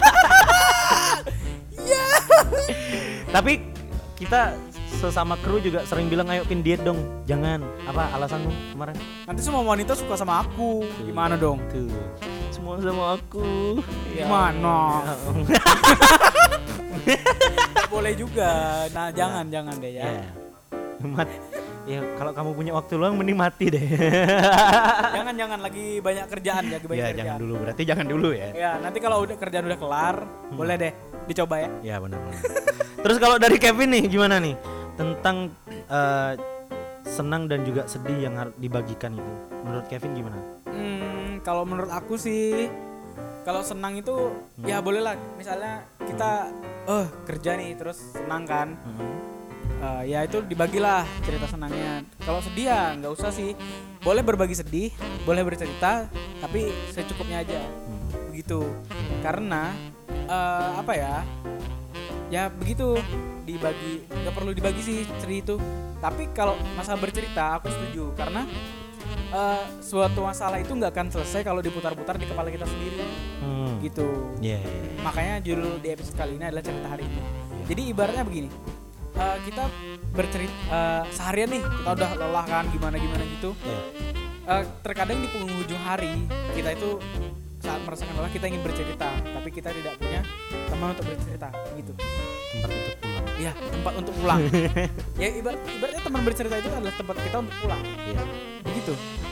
Tapi kita sesama kru juga sering bilang ayo Pin diet dong. Jangan. Apa alasanmu kemarin? Nanti semua wanita suka sama aku. Gimana dong? Tuh. Semua sama aku. Gimana? Ya. Boleh juga. Nah, jangan jangan deh ya. Ya. Mat. Ya kalau kamu punya waktu luang mending mati deh. Jangan jangan lagi banyak kerjaan ya, lagi banyak Ya kerjaan. jangan dulu. Berarti jangan dulu ya. Ya, nanti kalau udah kerjaan udah kelar, boleh deh dicoba ya. Ya benar-benar. Terus kalau dari Kevin nih gimana nih tentang eh, senang dan juga sedih yang harus dibagikan itu? Menurut Kevin gimana? Hmm, kalau menurut aku sih kalau senang itu ya boleh lah. Misalnya kita eh kerja nih terus senang kan. Eh, ya itu dibagilah cerita senangnya. Kalau sedih ya nggak usah sih. Boleh berbagi sedih, boleh bercerita, tapi secukupnya aja. Begitu. Karena eh, apa ya? Ya begitu dibagi, nggak perlu dibagi sih cerita itu. Tapi kalau masalah bercerita aku setuju karena eh, suatu masalah itu nggak akan selesai kalau diputar-putar di kepala kita sendiri. Hmm. Gitu. Ya. ya, ya. Makanya judul di episode kali ini adalah cerita hari ini. Jadi ibaratnya begini, uh, kita bercerita uh, seharian nih kita udah lelah kan gimana gimana gitu. Ya. Uh, terkadang di penghujung hari kita itu saat merasakan lelah kita ingin bercerita, tapi kita tidak punya teman untuk bercerita gitu. Tempat untuk pulang. Iya, tempat untuk pulang. Ya ibarat ibaratnya teman bercerita itu adalah tempat kita untuk pulang. Iya. Begitu.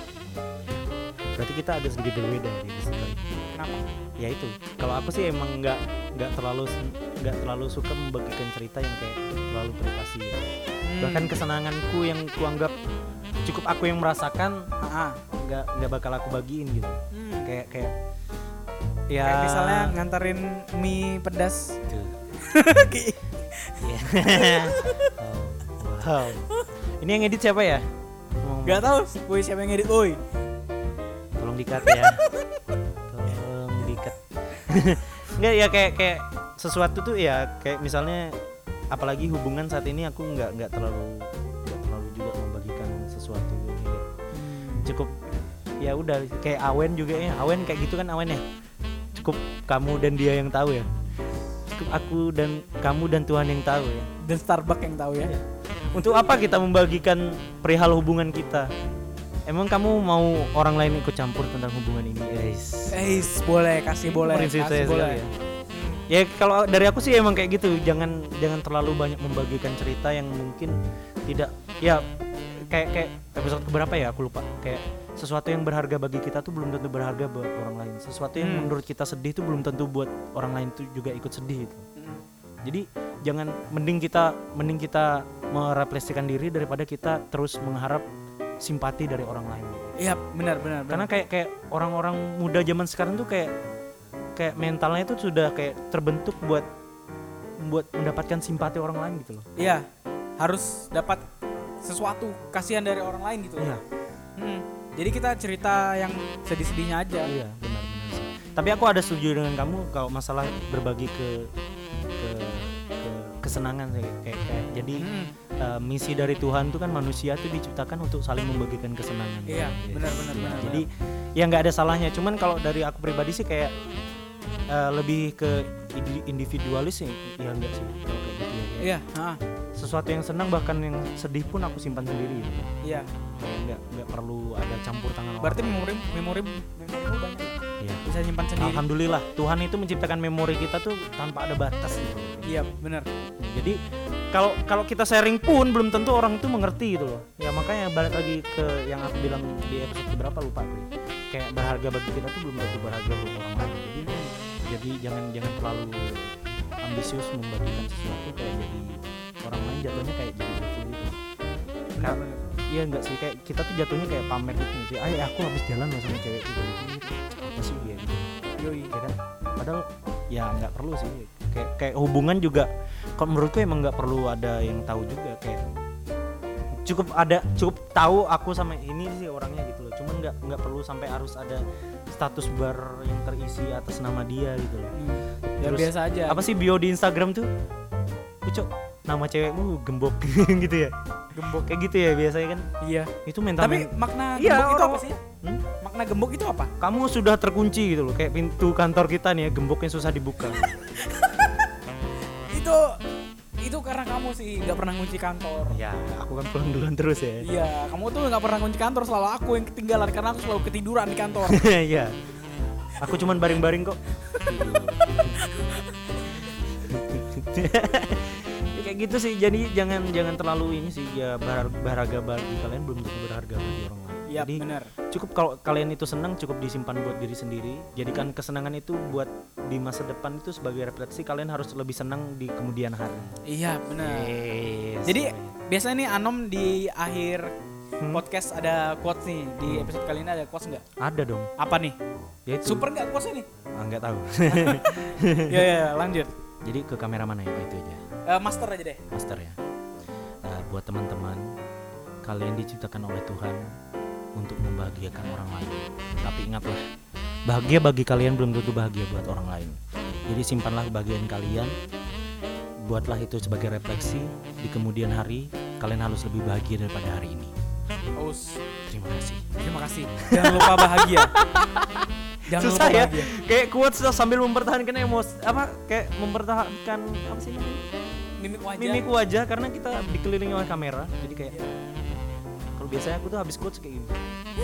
Berarti kita agak sedikit berbeda di episode kali. Kenapa? Ya itu. Kalau aku sih emang nggak nggak terlalu nggak terlalu suka membagikan cerita yang kayak terlalu privasi. Gitu. Hmm. Bahkan kesenanganku yang kuanggap cukup aku yang merasakan Ah, ah. nggak nggak bakal aku bagiin gitu. Hmm. Kayak kayak ya Kayak misalnya nganterin mie pedas. Tuh. Iya. Oh, wow. Ini yang edit siapa ya? Ngomong- Gak tahu, woi siapa yang ngedit, woi. Tolong di-cut ya. Tolong di-cut. Enggak ya kayak kayak sesuatu tuh ya kayak misalnya apalagi hubungan saat ini aku nggak nggak terlalu nggak terlalu juga membagikan sesuatu gitu. Cukup ya udah kayak Awen juga ya. Awen kayak gitu kan Awen ya. Cukup kamu dan dia yang tahu ya. Cukup aku dan kamu dan Tuhan yang tahu ya. Dan Starbucks yang tahu ya. Untuk apa kita membagikan perihal hubungan kita? Emang kamu mau orang lain ikut campur tentang hubungan ini? Guys. Eh, boleh kasih boleh, Prinsip saya kasih boleh. sekali ya. Ya kalau dari aku sih emang kayak gitu. Jangan jangan terlalu banyak membagikan cerita yang mungkin tidak ya kayak kayak episode keberapa ya aku lupa. Kayak sesuatu yang berharga bagi kita tuh belum tentu berharga buat orang lain. Sesuatu yang Hmm. menurut kita sedih tuh belum tentu buat orang lain tuh juga ikut sedih gitu. Hmm. Jadi jangan mending kita mending kita merefleksikan diri daripada kita terus mengharap simpati dari orang lain. Iya, benar benar. Karena kayak kayak orang-orang muda zaman sekarang tuh kayak kayak mentalnya itu sudah kayak terbentuk buat buat mendapatkan simpati orang lain gitu loh. Iya, harus dapat sesuatu kasihan dari orang lain gitu. Iya. Hmm, jadi kita cerita yang sedih-sedihnya aja. Iya, benar-benar sih. Tapi aku ada setuju dengan kamu kalau masalah berbagi ke ke, ke kesenangan sih kayak, kayak jadi Hmm. uh, misi dari Tuhan tuh kan manusia tuh diciptakan untuk saling membagikan kesenangan. Iya, Yes. benar-benar. Iya, benar. jadi ya nggak ada salahnya. Cuman kalau dari aku pribadi sih kayak uh, lebih ke indi- individualis sih, ya enggak sih kalau kayak gitu ya. Kayak Iya, ah, sesuatu yang senang bahkan yang sedih pun aku simpan sendiri. Gitu. iya. Kayak nggak nggak perlu ada campur tangan Berarti orang. memori memori memorimu banyak. Iya. Bisa nyimpan sendiri. Alhamdulillah Tuhan itu menciptakan memori kita tuh tanpa ada batas gitu. Iya, benar. Jadi kalau kalau kita sharing pun belum tentu orang itu mengerti gitu loh. Ya makanya balik lagi ke yang aku bilang di episode berapa lupa aku. ya. Kayak berharga bagi kita tuh belum tentu berharga buat orang lain. Jadi jadi jangan jangan terlalu ambisius membagikan sesuatu kayak jadi orang lain jatuhnya kayak jadi lucu gitu. Ka- Benar. Iya enggak sih kayak kita tuh jatuhnya kayak pamer gitu sih. Ah ya, aku habis jalan loh sama cewek itu gitu. Apa sih dia gitu. Yoi. Ya kan? Padahal ya nggak perlu sih. Kayak kayak hubungan juga kalau menurutku emang nggak perlu ada yang tahu juga kayak cukup ada cukup tahu aku sama ini sih orangnya gitu loh. Cuman nggak nggak perlu sampai harus ada status bar yang terisi atas nama dia gitu loh. Hmm. Ya Terus, biasa aja. Apa sih bio di Instagram tuh? Ucok, nama cewekmu gembok gitu ya. Gembok kayak gitu ya biasanya kan. Iya. Itu mental Tapi makna Iya, gembok itu orang- apa sih? Hmm? Makna gembok itu apa? Kamu sudah terkunci gitu loh. Kayak pintu kantor kita nih ya, gembok yang susah dibuka. Itu itu karena kamu sih nggak pernah kunci kantor. Ya, aku kan pulang duluan terus ya. Iya, kamu tuh nggak pernah kunci kantor, selalu aku yang ketinggalan karena aku selalu ketiduran di kantor. Iya. Aku cuman baring-baring kok. Ya, kayak gitu sih. Jadi jangan jangan terlalu ini sih ya berhar- berharga bagi kalian belum tentu berharga bagi orang lain. Iya, Jadi benar. cukup kalau kalian itu senang cukup disimpan buat diri sendiri. Jadikan kesenangan itu buat di masa depan itu sebagai refleksi kalian harus lebih senang di kemudian hari. Iya, benar. Yes. Jadi biasanya nih Anom di akhir Hmm? podcast ada quotes nih. Di episode kali ini ada quotes nggak? ada dong. Apa nih? Ya itu. Super nggak quotesnya nih? Ah, nggak tahu. Iya, iya, lanjut. Jadi ke kamera mana ya? Oh, itu aja. Eh, master aja deh. Master ya. Nah, buat teman-teman, kalian diciptakan oleh Tuhan untuk membahagiakan orang lain. Tapi ingatlah, bahagia bagi kalian belum tentu bahagia buat orang lain. Jadi simpanlah kebahagiaan kalian. Buatlah itu sebagai refleksi di kemudian hari. Kalian harus lebih bahagia daripada hari ini. Aus. Terima kasih. Terima kasih. Jangan lupa bahagia. Jangan Susah lupa ya. bahagia. Kayak quotes sambil mempertahankan emosi apa kayak mempertahankan apa sih namanya? Mimik wajah. Mimik wajah karena kita dikelilingi oleh kamera. Jadi kayak kalau biasanya aku tuh habis quotes kayak gini.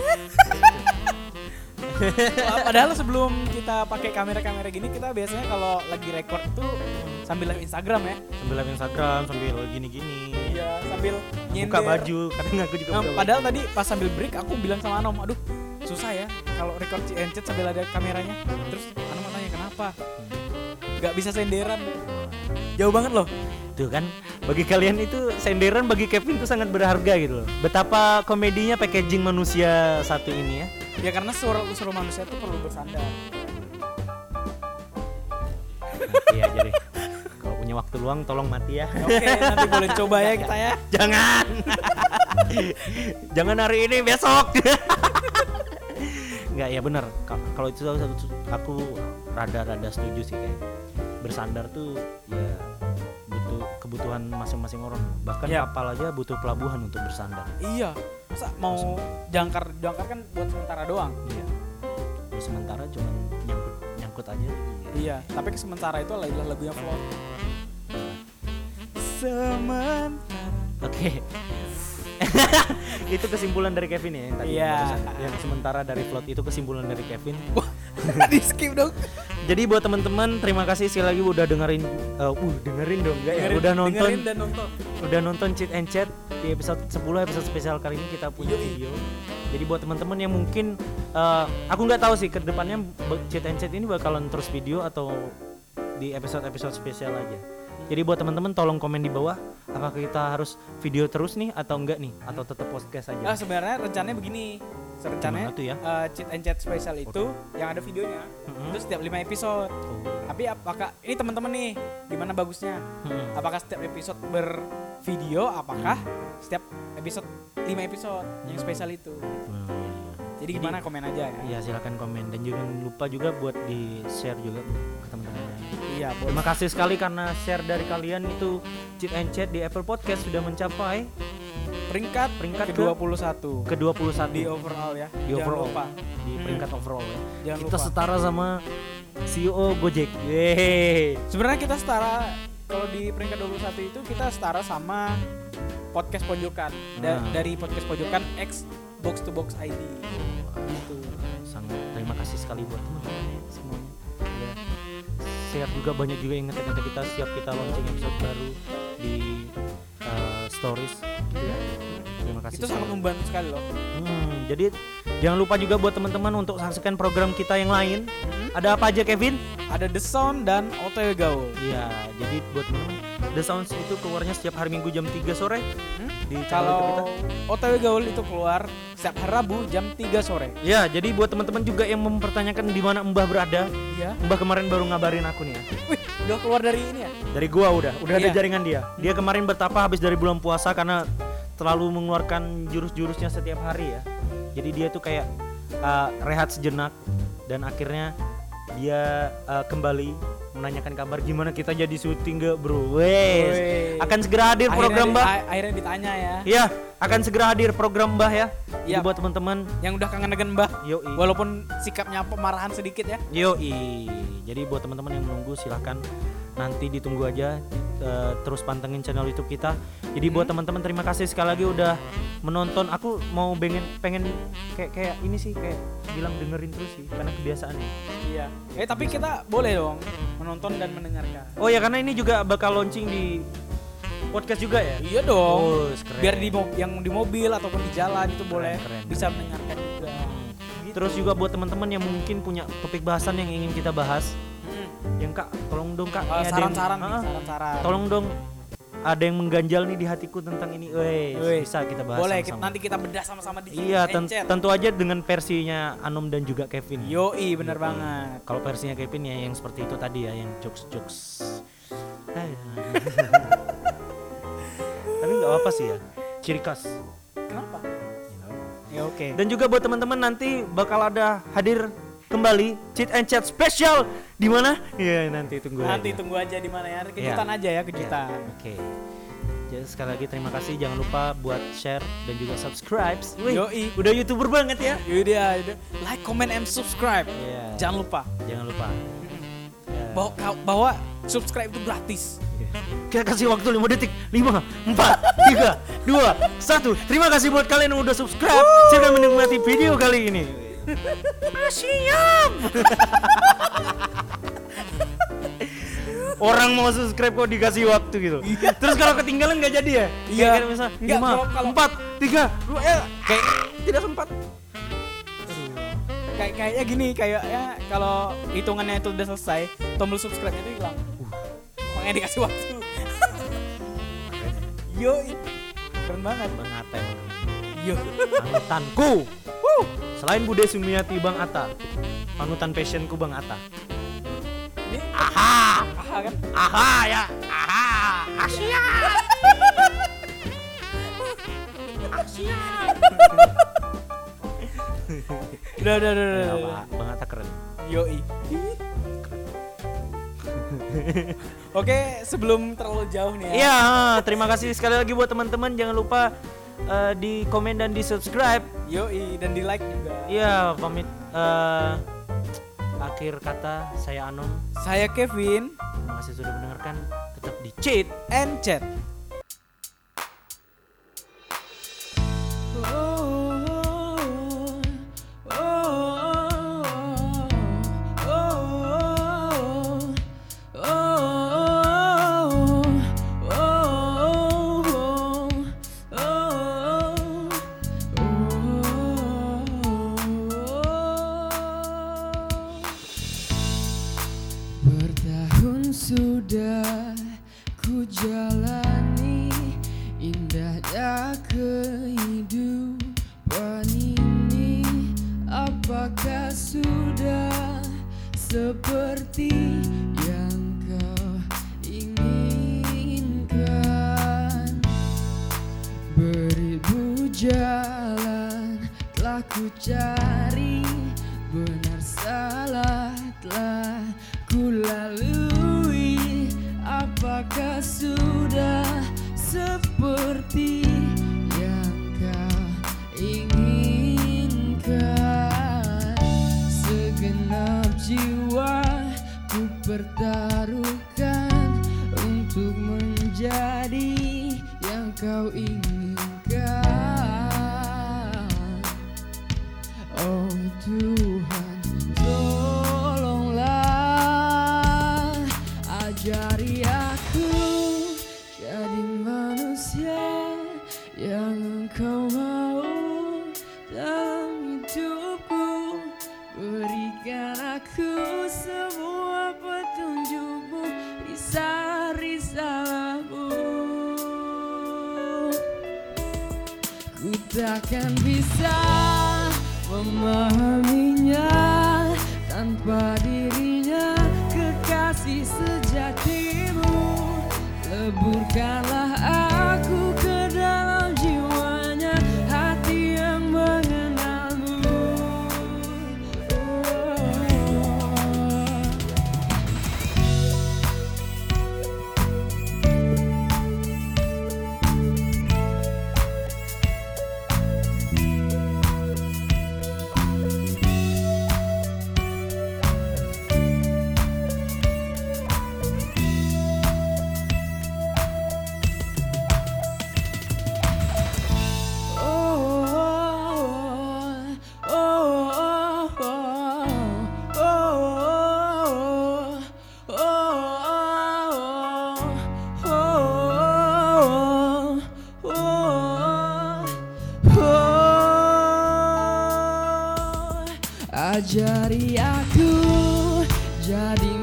Wah, padahal sebelum kita pakai kamera-kamera gini kita biasanya kalau lagi record tuh sambil live Instagram ya. Sambil live Instagram, sambil gini-gini. Iya, sambil nyender. Buka baju, kadang aku juga Nah, buka padahal tadi pas sambil break aku bilang sama Anom, aduh susah ya kalau record C N C sambil ada kameranya. Terus Anom tanya kenapa? Gak bisa senderan. Jauh banget loh. Tuh kan, bagi kalian itu senderan bagi Kevin itu sangat berharga gitu loh. Betapa komedinya packaging manusia satu ini ya. Ya karena suara suara manusia tuh perlu bersandar. Mati aja deh. Kalau punya waktu luang tolong mati ya. Oke, nanti boleh coba ya kita ya. Jangan. Jangan hari ini, besok. Enggak ya benar. Ka- Kalau itu satu aku rada-rada setuju sih kayak bersandar tuh ya butuh kebutuhan masing-masing orang. Bahkan Ya. kapal aja butuh pelabuhan untuk bersandar. Iya. Masa mau jangkar jangkar kan buat sementara doang. Iya. Terus sementara cuman nyangkut nyangkut aja. Iya, tapi ke sementara itu adalah lagunya Float. Sementara. Oke. Itu kesimpulan dari Kevin ya yang tadi. Iya. barusan. Yang sementara dari Float itu kesimpulan dari Kevin. Di skip dong. Jadi buat teman-teman terima kasih sekali lagi udah dengerin uh, uh dengerin dong enggak ya? Dengerin- Udah nonton dengerin dan nonton. udah nonton Cheat and Chat di episode sepuluh episode spesial kali ini kita punya Yoi. video. Jadi buat teman-teman yang mungkin uh, aku nggak tahu sih ke depannya be- Cheat and Chat ini bakalan terus video atau di episode-episode spesial aja. Jadi buat teman-teman tolong komen di bawah, apakah kita harus video terus nih atau enggak nih, atau tetap podcast Ah, aja. sebenarnya rencananya begini. Rencananya Gimana tuh ya? eh, Cheat and Chat spesial itu yang ada videonya. Mm-mm. Itu setiap lima episode. Tuh. Tapi apakah ini teman-teman nih gimana bagusnya? Mm-mm. Apakah setiap episode bervideo? Apakah setiap episode lima episode yang spesial itu? Hmm, iya, iya. Jadi gimana komen aja ya? Iya silakan komen dan jangan lupa juga buat di share juga Bu, ke teman-teman. Iya, boleh. Terima kasih sekali karena share dari kalian itu Cheat and Chat di Apple Podcast sudah mencapai Peringkat Peringkat ke dua puluh satu ke dua puluh satu di overall ya. di Jangan overall lupa. di peringkat overall ya. Jangan Kita lupa. setara sama C E O Gojek. Yeay. Sebenarnya kita setara kalau di peringkat dua puluh satu itu kita setara sama podcast pojokan Da- Nah. dari podcast pojokan X Box to Box I D. Gitu. Sangat terima kasih sekali buat teman-teman semuanya. Udah share juga, banyak juga yang ngetek-ngetek kita setiap kita launching episode baru di uh, stories gitu ya. Terima kasih. Itu sangat sekali. membantu sekali loh. Hmm, jadi jangan lupa juga buat teman-teman untuk saksikan program kita yang lain. Ada apa aja Kevin? Ada The Sound dan O T W Gaul. Iya, jadi buat teman-teman The Sounds itu keluarnya setiap hari Minggu jam tiga sore di channel YouTube kita. Kalau O T W Gaul itu keluar setiap hari Rabu jam tiga sore. Ya, jadi buat teman-teman juga yang mempertanyakan di mana Mbah berada, Iya. Mbah kemarin baru ngabarin aku nih ya. Wih, udah keluar dari ini ya? Dari gua udah, udah ada Iya. jaringan dia. Dia kemarin betapa habis dari bulan puasa karena terlalu mengeluarkan jurus-jurusnya setiap hari ya. Jadi dia tuh kayak uh, rehat sejenak dan akhirnya dia uh, kembali menanyakan kabar gimana kita jadi syuting gak bro. Wes. Wih. Akan segera hadir program Akhirnya Mbah. di- a- akhirnya ditanya ya. Iya, akan segera hadir program Mbah ya. Jadi Iya. buat teman-teman, Yang udah kangen dengan Mbah. yoi. Walaupun sikapnya pemarahan sedikit ya. Yoi. Jadi buat teman-teman yang menunggu silahkan nanti ditunggu aja, uh, terus pantengin channel YouTube kita. Jadi buat teman-teman terima kasih sekali lagi udah menonton. Aku mau pengen pengen kayak kayak ini sih kayak bilang dengerin terus sih karena kebiasaan ya. Iya. Eh tapi kita boleh dong menonton dan mendengarkan. Oh ya karena ini juga bakal launching di podcast juga ya. Iya dong. Oh, keren. Biar di mo- yang di mobil ataupun di jalan itu boleh keren. bisa mendengarkan juga. Gitu. Terus juga buat teman-teman yang mungkin punya topik bahasan yang ingin kita bahas, Hmm. yang Kak tolong dong Kak, Eh, ini ada yang- saran-saran nih, Ah, saran-saran. tolong dong ada yang mengganjal nih di hatiku tentang ini. Weh, Weh, bisa kita bahas Boleh, sama-sama. nanti kita bedah sama-sama di Iya, ten- Encet. tentu aja dengan versinya Anom dan juga Kevin. Yoi, bener Yoi. banget. Kalau versinya Kevin ya yang seperti itu tadi ya, yang jokes-jokes. Hai. Tapi nggak apa sih ya, ciri khas. Kenapa? Ya oke. Dan juga buat teman-teman nanti bakal ada hadir kembali Cheat and Chat spesial di mana? Iya nanti tunggu Nanti aja. tunggu aja di mana ya. Kejutan Iya. aja ya, kejutan. Ya, Oke. Jadi sekali lagi terima kasih, jangan lupa buat share dan juga subscribe. Wih, Yoi. udah YouTuber banget ya. Yaudah, yaudah. Like, comment, and subscribe. Iya. Jangan lupa Jangan lupa. Ya. bahwa, bahwa subscribe itu gratis. Kita kasih waktu lima detik. lima, empat, tiga, dua, satu. Terima kasih buat kalian yang udah subscribe. Silakan menikmati video kali ini. Siap. Orang mau subscribe kok dikasih waktu gitu. Terus kalau ketinggalan nggak jadi ya? Iya. Kayak misal Nggak, lima, kalau- kalau- empat, tiga, dua, eh, kayak tidak sempat. Kayak kayaknya gini, kayaknya kalau hitungannya itu udah selesai, tombol subscribe itu hilang. Makanya dikasih waktu. Yo, keren banget. Bang Atta emang. Yo. Panutanku. Wuh. Selain Bude Sumiati Bang Atta, panutan passionku Bang Atta. Ini Aha, aha kan? aha ya, aha, Asia. Asia. Udah, udah, udah, udah. Ya, udah. Bang- Bang Atta keren. Yoi. Oke, sebelum terlalu jauh nih ya. Iya, terima kasih sekali lagi buat teman-teman. Jangan lupa eh, di komen dan di subscribe. Yoi, dan di like juga. Iya, pamit. eh, akhir kata saya Anom. Saya Kevin, Terima kasih sudah mendengarkan. Tetap di Cheat. and Chat. Bertahun sudah seperti yang kau inginkan. Beribu jalan telah ku cari, benar salah telah ku lalui. Apakah sudah seperti yang kau inginkan? Segenap jiwa ku pertaruhkan untuk menjadi yang kau inginkan. Oh Tuhan, tolonglah ajari aku jadi manusia yang Engkau mau dalam hidupku. Berikan aku semua petunjuk-Mu, risau-risauku. Ku takkan bisa memahaminya tanpa dirinya, kekasih sejati-Mu. Leburkanlah aku ke dalam jiwanya, hati yang mengenal-Mu. Ajari aku jadi